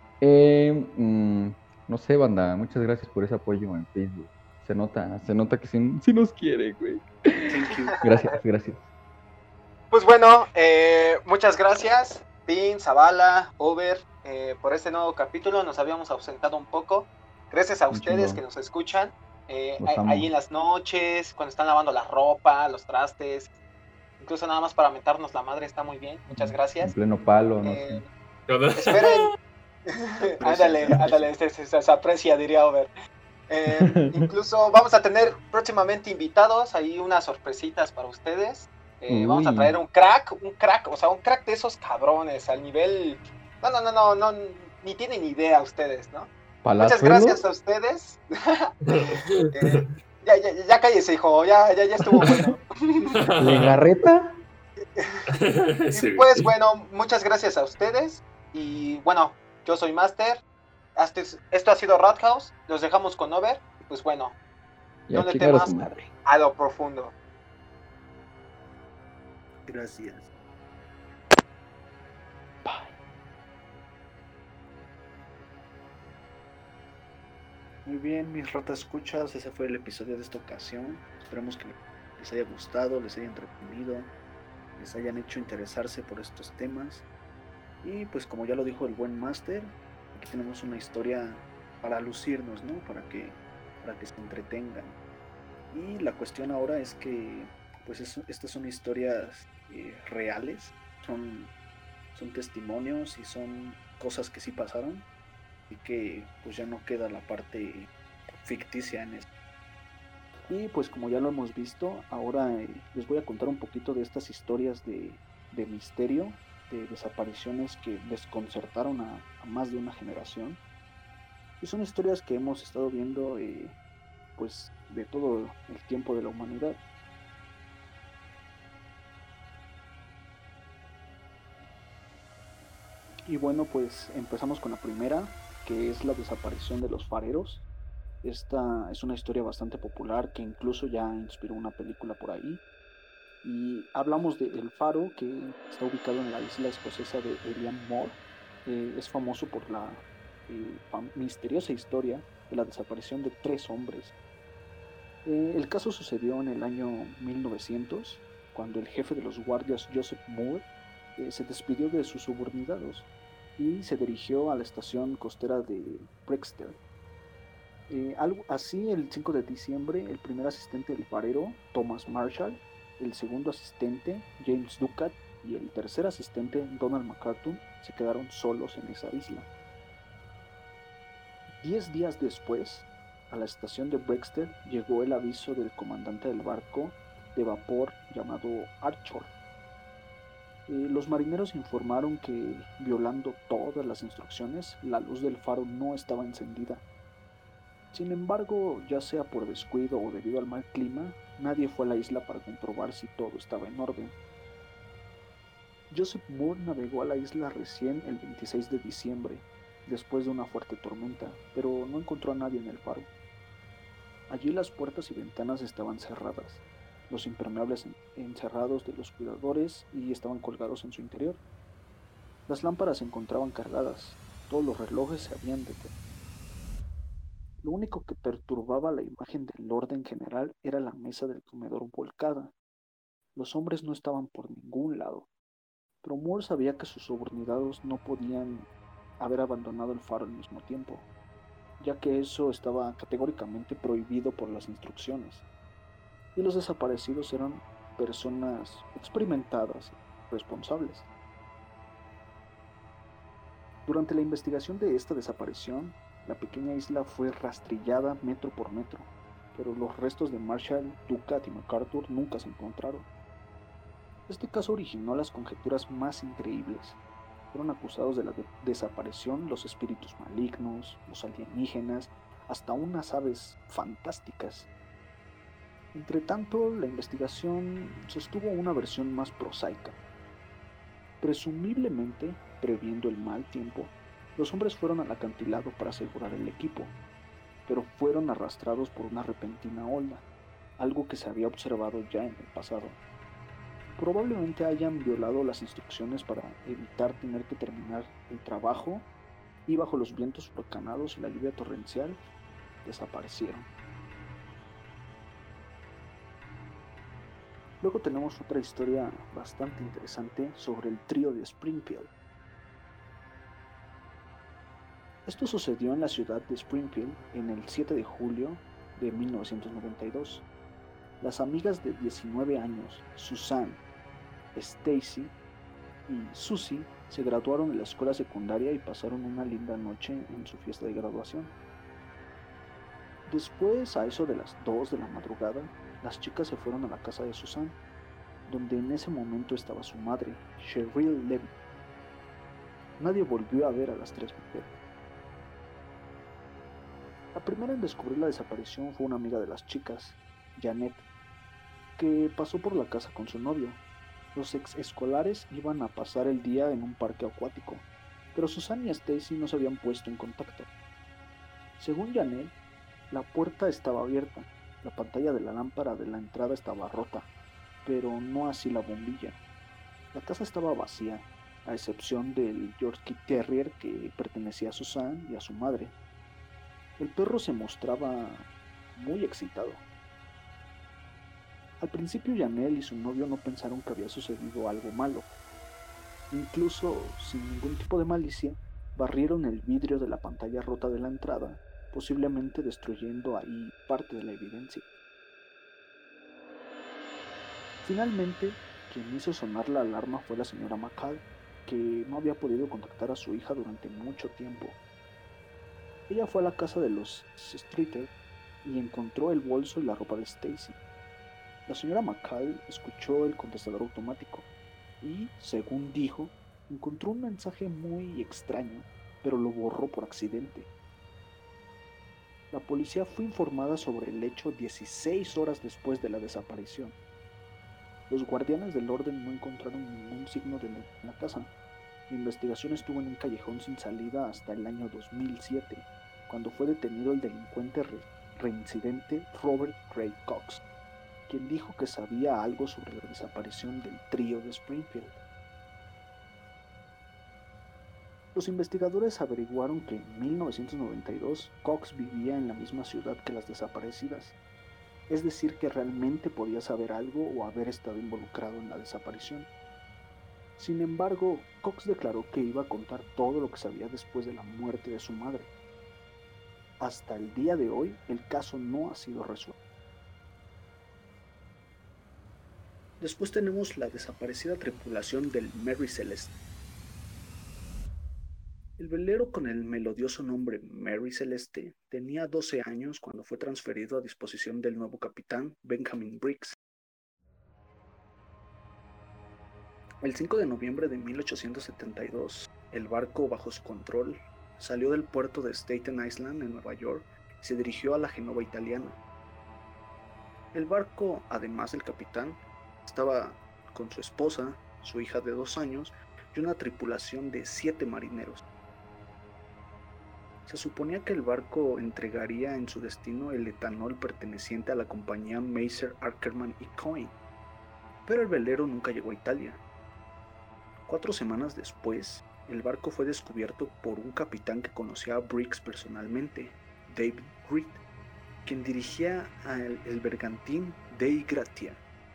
No sé, banda, muchas gracias por ese apoyo en Facebook. Se nota que sí nos quiere, güey. Gracias. Pues bueno, muchas gracias, Pin, Zavala, Over, por este nuevo capítulo. Nos habíamos ausentado un poco. Gracias a ustedes que nos escuchan. Ahí en las noches, cuando están lavando la ropa, los trastes, incluso nada más para mentarnos la madre, está muy bien. Muchas gracias. En pleno palo, no sé. Esperen. Ándale, se aprecia, diría Over. Incluso vamos a tener próximamente invitados, ahí unas sorpresitas para ustedes. Vamos a traer un crack, o sea, un crack de esos cabrones, al nivel... No, ni tienen idea ustedes, ¿no? ¿Palazuelo? Muchas gracias a ustedes. Ya cállese, hijo, ya estuvo bueno. ¿Legarreta? Sí, Y pues bueno, muchas gracias a ustedes. Y bueno, yo soy Master. Esto ha sido Rat House. Los dejamos con Over. Y pues bueno, Ya no de chingar a su temas madre. a lo profundo. Gracias. Muy bien, mis ratas escuchas, ese fue el episodio de esta ocasión. Esperemos que les haya gustado, les haya entretenido, les hayan hecho interesarse por estos temas. Y pues como ya lo dijo el buen Master, aquí tenemos una historia para lucirnos, ¿no? Para que se entretengan. Y la cuestión ahora es que pues estas son historias reales, son testimonios y son cosas que sí pasaron y que pues ya no queda la parte ficticia en esto. Y pues como ya lo hemos visto, ahora les voy a contar un poquito de estas historias de misterio, de desapariciones que desconcertaron a más de una generación. Y son historias que hemos estado viendo pues de todo el tiempo de la humanidad. Y bueno, pues empezamos con la primera, que es la desaparición de los fareros. Esta es una historia bastante popular que incluso ya inspiró una película por ahí. Y hablamos de El Faro, que está ubicado en la isla escocesa de Elian Moor. Es famoso por la misteriosa historia de la desaparición de 3 hombres. El caso sucedió en el año 1900, cuando el jefe de los guardias, Joseph Moore, se despidió de sus subordinados y se dirigió a la estación costera de Brixton. Algo así, el 5 de diciembre, el primer asistente del farero, Thomas Marshall, el segundo asistente, James Ducat, y el tercer asistente, Donald MacArthur, se quedaron solos en esa isla. 10 días después, a la estación de Brixton llegó el aviso del comandante del barco de vapor llamado Archer. Los marineros informaron que, violando todas las instrucciones, la luz del faro no estaba encendida. Sin embargo, ya sea por descuido o debido al mal clima, nadie fue a la isla para comprobar si todo estaba en orden. Joseph Moore navegó a la isla recién el 26 de diciembre, después de una fuerte tormenta, pero no encontró a nadie en el faro. Allí las puertas y ventanas estaban cerradas, los impermeables encerrados de los cuidadores y estaban colgados en su interior. Las lámparas se encontraban cargadas, todos los relojes se habían detenido. Lo único que perturbaba la imagen del orden general era la mesa del comedor volcada. Los hombres no estaban por ningún lado, pero Moore sabía que sus subordinados no podían haber abandonado el faro al mismo tiempo, ya que eso estaba categóricamente prohibido por las instrucciones, y los desaparecidos eran personas experimentadas y responsables. Durante la investigación de esta desaparición, la pequeña isla fue rastrillada metro por metro, pero los restos de Marshall, Ducat y MacArthur nunca se encontraron. Este caso originó las conjeturas más increíbles. Fueron acusados de la desaparición los espíritus malignos, los alienígenas, hasta unas aves fantásticas. Entretanto, la investigación sostuvo una versión más prosaica. Presumiblemente, previendo el mal tiempo, los hombres fueron al acantilado para asegurar el equipo, pero fueron arrastrados por una repentina ola, algo que se había observado ya en el pasado. Probablemente hayan violado las instrucciones para evitar tener que terminar el trabajo y bajo los vientos huracanados y la lluvia torrencial desaparecieron. Luego tenemos otra historia bastante interesante sobre el trío de Springfield. Esto sucedió en la ciudad de Springfield en el 7 de julio de 1992. Las amigas de 19 años, Suzanne, Stacy y Susie, se graduaron de la escuela secundaria y pasaron una linda noche en su fiesta de graduación. Después, a eso de las 2 de la madrugada, las chicas se fueron a la casa de Suzanne, donde en ese momento estaba su madre, Cheryl Levy. Nadie volvió a ver a las 3 mujeres. La primera en descubrir la desaparición fue una amiga de las chicas, Janet, que pasó por la casa con su novio. Los ex escolares iban a pasar el día en un parque acuático, pero Susan y Stacy no se habían puesto en contacto. Según Janelle, la puerta estaba abierta, la pantalla de la lámpara de la entrada estaba rota, pero no así la bombilla. La casa estaba vacía, a excepción del Yorkie Terrier que pertenecía a Susan y a su madre. El perro se mostraba muy excitado. Al principio Janelle y su novio no pensaron que había sucedido algo malo. Incluso, sin ningún tipo de malicia, barrieron el vidrio de la pantalla rota de la entrada, posiblemente destruyendo ahí parte de la evidencia. Finalmente, quien hizo sonar la alarma fue la señora McCall, que no había podido contactar a su hija durante mucho tiempo. Ella fue a la casa de los Streeter y encontró el bolso y la ropa de Stacy. La señora McCall escuchó el contestador automático y, según dijo, encontró un mensaje muy extraño, pero lo borró por accidente. La policía fue informada sobre el hecho 16 horas después de la desaparición. Los guardianes del orden no encontraron ningún signo de la casa. La investigación estuvo en un callejón sin salida hasta el año 2007, cuando fue detenido el delincuente reincidente Robert Craig Cox, quien dijo que sabía algo sobre la desaparición del trío de Springfield. Los investigadores averiguaron que en 1992 Cox vivía en la misma ciudad que las desaparecidas, es decir, que realmente podía saber algo o haber estado involucrado en la desaparición. Sin embargo, Cox declaró que iba a contar todo lo que sabía después de la muerte de su madre. Hasta el día de hoy, el caso no ha sido resuelto. Después tenemos la desaparecida tripulación del Mary Celeste. El velero con el melodioso nombre Mary Celeste tenía 12 años cuando fue transferido a disposición del nuevo capitán Benjamin Briggs. El 5 de noviembre de 1872, el barco bajo su control salió del puerto de Staten Island en Nueva York y se dirigió a la Genova italiana. El barco, además del capitán, estaba con su esposa, su hija de 2 años y una tripulación de 7 marineros. Se suponía que el barco entregaría en su destino el etanol perteneciente a la compañía Maser, Ackerman y Cohen, pero el velero nunca llegó a Italia. 4 semanas después, el barco fue descubierto por un capitán que conocía a Briggs personalmente, David Reed, quien dirigía el bergantín Dei Gratia.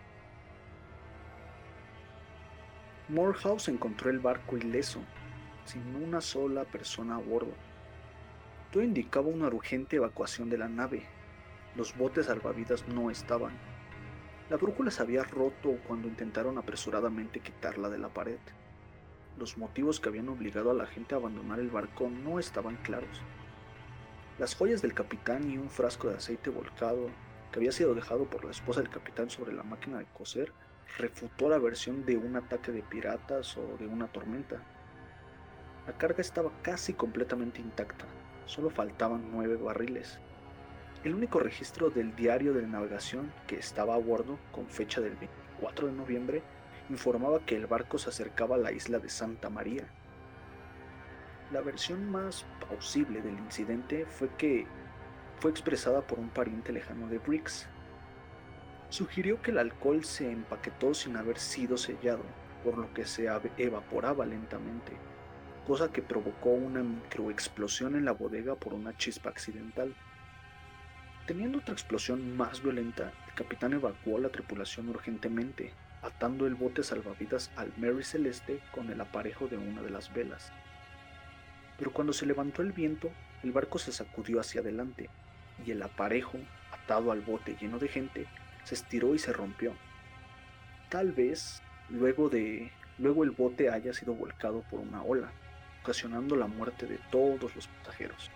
Morehouse encontró el barco ileso, sin una sola persona a bordo. Todo indicaba una urgente evacuación de la nave. Los botes salvavidas no estaban. La brújula se había roto cuando intentaron apresuradamente quitarla de la pared. Los motivos que habían obligado a la gente a abandonar el barco no estaban claros. Las joyas del capitán y un frasco de aceite volcado que había sido dejado por la esposa del capitán sobre la máquina de coser refutó la versión de un ataque de piratas o de una tormenta. La carga estaba casi completamente intacta, solo faltaban 9 barriles. El único registro del diario de navegación que estaba a bordo, con fecha del 24 de noviembre, informaba que el barco se acercaba a la isla de Santa María. La versión más plausible del incidente fue expresada por un pariente lejano de Briggs. Sugirió que el alcohol se empaquetó sin haber sido sellado, por lo que se evaporaba lentamente, cosa que provocó una microexplosión en la bodega por una chispa accidental. Teniendo otra explosión más violenta, el capitán evacuó a la tripulación urgentemente, atando el bote salvavidas al Mary Celeste con el aparejo de una de las velas. Pero cuando se levantó el viento, el barco se sacudió hacia adelante, y el aparejo, atado al bote lleno de gente, se estiró y se rompió. Tal vez, luego el bote haya sido volcado por una ola, ocasionando la muerte de todos los pasajeros.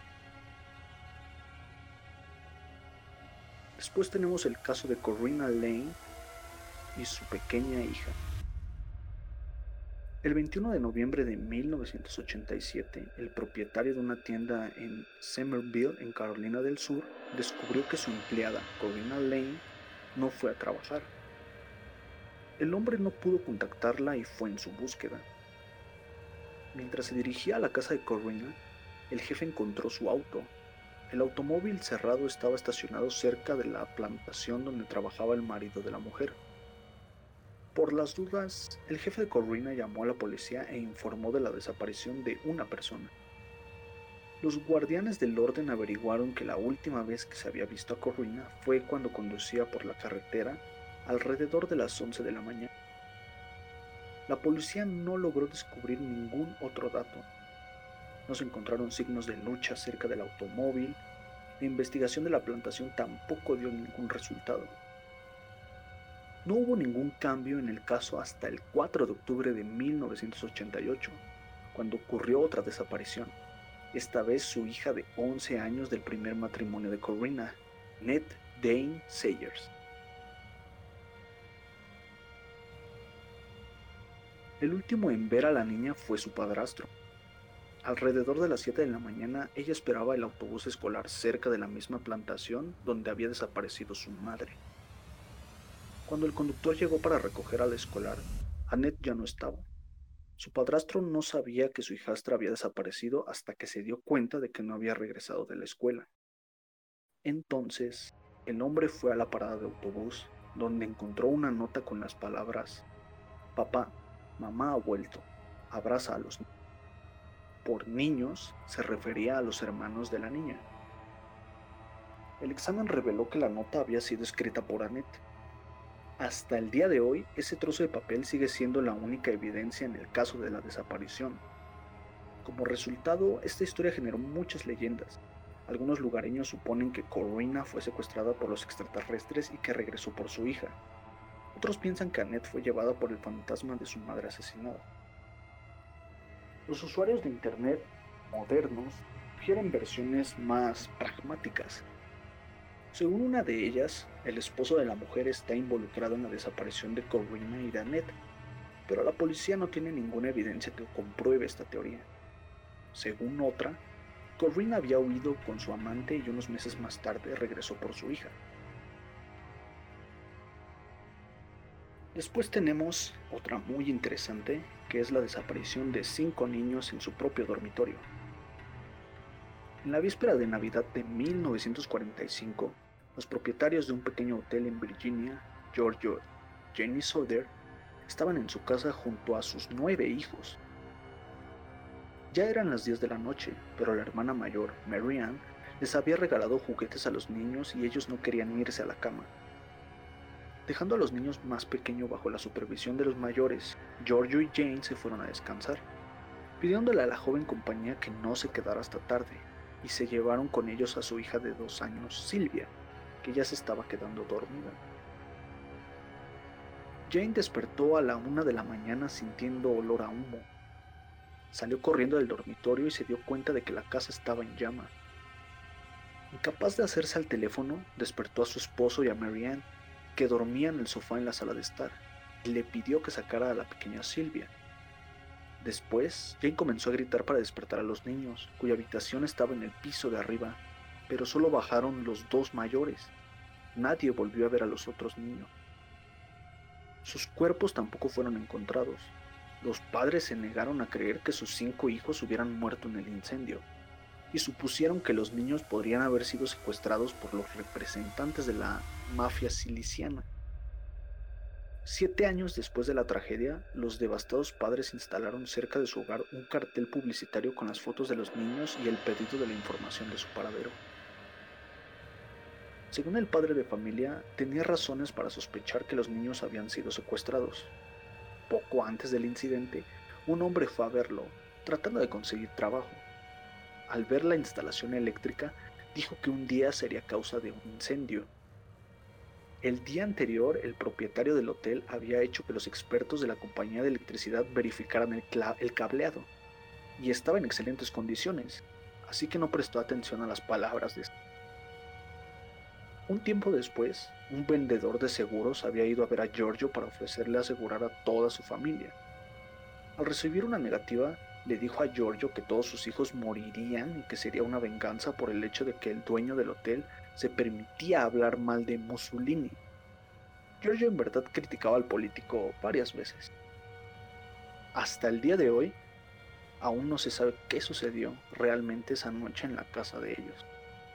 Después tenemos el caso de Corrina Lane y su pequeña hija. El 21 de noviembre de 1987, el propietario de una tienda en Summerville, en Carolina del Sur, descubrió que su empleada, Corrina Lane, no fue a trabajar. El hombre no pudo contactarla y fue en su búsqueda. Mientras se dirigía a la casa de Corrina, el jefe encontró su auto. El automóvil cerrado estaba estacionado cerca de la plantación donde trabajaba el marido de la mujer. Por las dudas, el jefe de Corrina llamó a la policía e informó de la desaparición de una persona. Los guardianes del orden averiguaron que la última vez que se había visto a Corrina fue cuando conducía por la carretera alrededor de las 11 de la mañana. La policía no logró descubrir ningún otro dato. No se encontraron signos de lucha cerca del automóvil. La investigación de la plantación tampoco dio ningún resultado. No hubo ningún cambio en el caso hasta el 4 de octubre de 1988, cuando ocurrió otra desaparición. Esta vez su hija de 11 años del primer matrimonio de Corrina, Ned Dane Sayers. El último en ver a la niña fue su padrastro. Alrededor de las 7 de la mañana, ella esperaba el autobús escolar cerca de la misma plantación donde había desaparecido su madre. Cuando el conductor llegó para recoger al escolar, Annette ya no estaba. Su padrastro no sabía que su hijastra había desaparecido hasta que se dio cuenta de que no había regresado de la escuela. Entonces, el hombre fue a la parada de autobús, donde encontró una nota con las palabras: «Papá, mamá ha vuelto, abraza a los niños». Por niños se refería a los hermanos de la niña. El examen reveló que la nota había sido escrita por Annette. Hasta el día de hoy, ese trozo de papel sigue siendo la única evidencia en el caso de la desaparición. Como resultado, esta historia generó muchas leyendas. Algunos lugareños suponen que Corrina fue secuestrada por los extraterrestres y que regresó por su hija. Otros piensan que Annette fue llevada por el fantasma de su madre asesinada. Los usuarios de Internet modernos sugieren versiones más pragmáticas. Según una de ellas, el esposo de la mujer está involucrado en la desaparición de Corrina y de Annette, pero la policía no tiene ninguna evidencia que compruebe esta teoría. Según otra, Corrina había huido con su amante y unos meses más tarde regresó por su hija. Después tenemos otra muy interesante, que es la desaparición de 5 niños en su propio dormitorio. En la víspera de Navidad de 1945, los propietarios de un pequeño hotel en Virginia, George y Jenny Soder, estaban en su casa junto a sus 9 hijos. Ya eran las 10 de la noche, pero la hermana mayor, Mary Ann, les había regalado juguetes a los niños y ellos no querían irse a la cama. Dejando a los niños más pequeños bajo la supervisión de los mayores, Giorgio y Jane se fueron a descansar, pidiéndole a la joven compañía que no se quedara hasta tarde, y se llevaron con ellos a su hija de 2 años, Sylvia, que ya se estaba quedando dormida. Jane despertó a la 1 de la mañana sintiendo olor a humo. Salió corriendo del dormitorio y se dio cuenta de que la casa estaba en llamas. Incapaz de hacerse al teléfono, despertó a su esposo y a Mary Ann, que dormía en el sofá en la sala de estar, y le pidió que sacara a la pequeña Sylvia. Después, Jane comenzó a gritar para despertar a los niños, cuya habitación estaba en el piso de arriba, pero solo bajaron los 2 mayores. Nadie volvió a ver a los otros niños. Sus cuerpos tampoco fueron encontrados. Los padres se negaron a creer que sus 5 hijos hubieran muerto en el incendio, y supusieron que los niños podrían haber sido secuestrados por los representantes de la mafia siciliana. 7 años después de la tragedia, los devastados padres instalaron cerca de su hogar un cartel publicitario con las fotos de los niños y el pedido de la información de su paradero. Según el padre de familia, tenía razones para sospechar que los niños habían sido secuestrados. Poco antes del incidente, un hombre fue a verlo, tratando de conseguir trabajo. Al ver la instalación eléctrica, dijo que un día sería causa de un incendio. El día anterior, el propietario del hotel había hecho que los expertos de la compañía de electricidad verificaran el cableado, y estaba en excelentes condiciones, así que no prestó atención a las palabras de este. Un tiempo después, un vendedor de seguros había ido a ver a Giorgio para ofrecerle asegurar a toda su familia. Al recibir una negativa, le dijo a Giorgio que todos sus hijos morirían y que sería una venganza por el hecho de que el dueño del hotel se permitía hablar mal de Mussolini. Giorgio en verdad criticaba al político varias veces. Hasta el día de hoy, aún no se sabe qué sucedió realmente esa noche en la casa de ellos.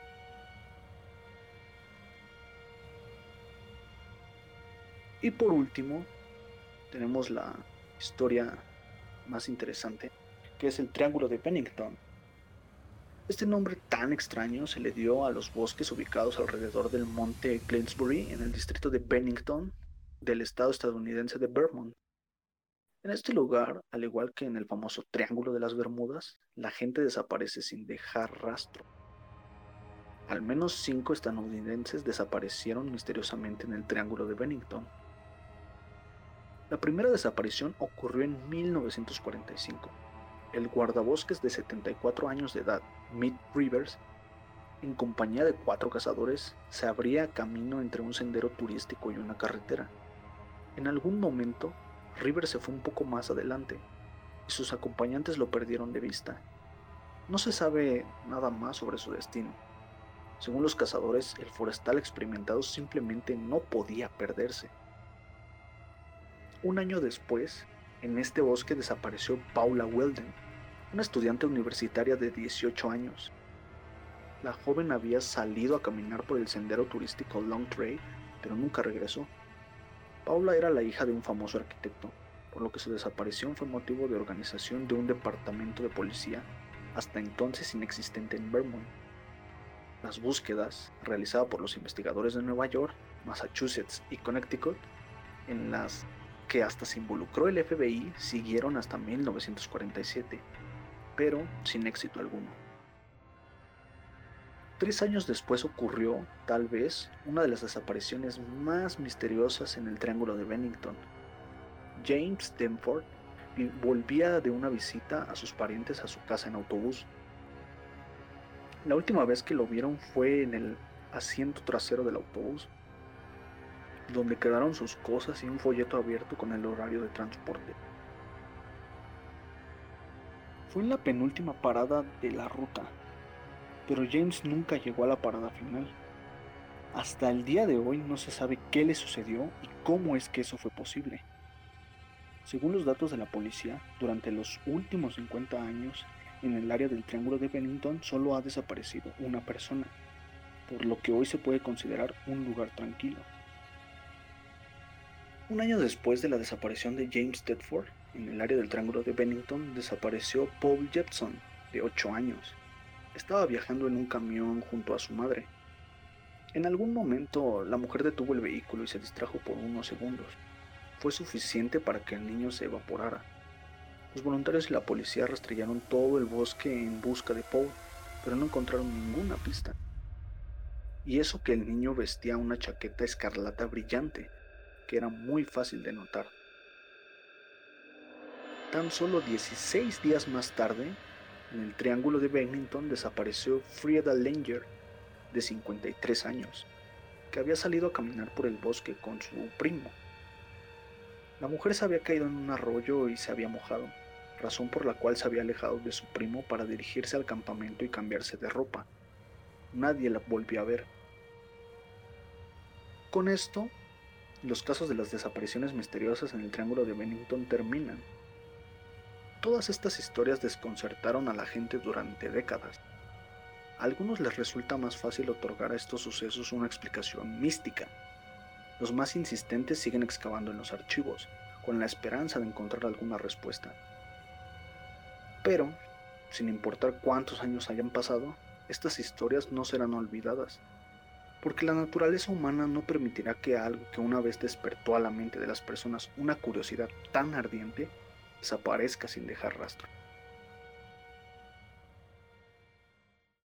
Y por último, tenemos la historia más interesante, que es el Triángulo de Bennington. Este nombre tan extraño se le dio a los bosques ubicados alrededor del monte Gainsbury en el distrito de Bennington del estado estadounidense de Vermont. En este lugar, al igual que en el famoso Triángulo de las Bermudas, la gente desaparece sin dejar rastro. Al menos 5 estadounidenses desaparecieron misteriosamente en el Triángulo de Bennington. La primera desaparición ocurrió en 1945. El guardabosques de 74 años de edad, Mick Rivers, en compañía de 4 cazadores, se abría camino entre un sendero turístico y una carretera. En algún momento, Rivers se fue un poco más adelante y sus acompañantes lo perdieron de vista. No se sabe nada más sobre su destino. Según los cazadores, el forestal experimentado simplemente no podía perderse. Un año después, en este bosque desapareció Paula Weldon, una estudiante universitaria de 18 años. La joven había salido a caminar por el sendero turístico Long Trail, pero nunca regresó. Paula era la hija de un famoso arquitecto, por lo que su desaparición fue motivo de organización de un departamento de policía, hasta entonces inexistente en Vermont. Las búsquedas, realizadas por los investigadores de Nueva York, Massachusetts y Connecticut, en las que hasta se involucró el FBI, siguieron hasta 1947, pero sin éxito alguno. 3 años después ocurrió, tal vez, una de las desapariciones más misteriosas en el Triángulo de Bennington. James Denford volvía de una visita a sus parientes a su casa en autobús. La última vez que lo vieron fue en el asiento trasero del autobús, donde quedaron sus cosas y un folleto abierto con el horario de transporte. Fue en la penúltima parada de la ruta, pero James nunca llegó a la parada final. Hasta el día de hoy no se sabe qué le sucedió y cómo es que eso fue posible. Según los datos de la policía, durante los últimos 50 años, en el área del Triángulo de Bennington solo ha desaparecido una persona, por lo que hoy se puede considerar un lugar tranquilo. Un año después de la desaparición de James Tedford, en el área del Triángulo de Bennington desapareció Paul Jepson, de 8 años. Estaba viajando en un camión junto a su madre. En algún momento, la mujer detuvo el vehículo y se distrajo por unos segundos. Fue suficiente para que el niño se evaporara. Los voluntarios y la policía rastrearon todo el bosque en busca de Paul, pero no encontraron ninguna pista. Y eso que el niño vestía una chaqueta escarlata brillante, que era muy fácil de notar. Tan solo 16 días más tarde, en el Triángulo de Bennington desapareció Frieda Langer, de 53 años, que había salido a caminar por el bosque con su primo. La mujer se había caído en un arroyo y se había mojado, razón por la cual se había alejado de su primo para dirigirse al campamento y cambiarse de ropa. Nadie la volvió a ver. Con esto, los casos de las desapariciones misteriosas en el Triángulo de Bennington terminan. Todas estas historias desconcertaron a la gente durante décadas. A algunos les resulta más fácil otorgar a estos sucesos una explicación mística. Los más insistentes siguen excavando en los archivos, con la esperanza de encontrar alguna respuesta. Pero, sin importar cuántos años hayan pasado, estas historias no serán olvidadas, porque la naturaleza humana no permitirá que algo que una vez despertó a la mente de las personas una curiosidad tan ardiente desaparezca sin dejar rastro.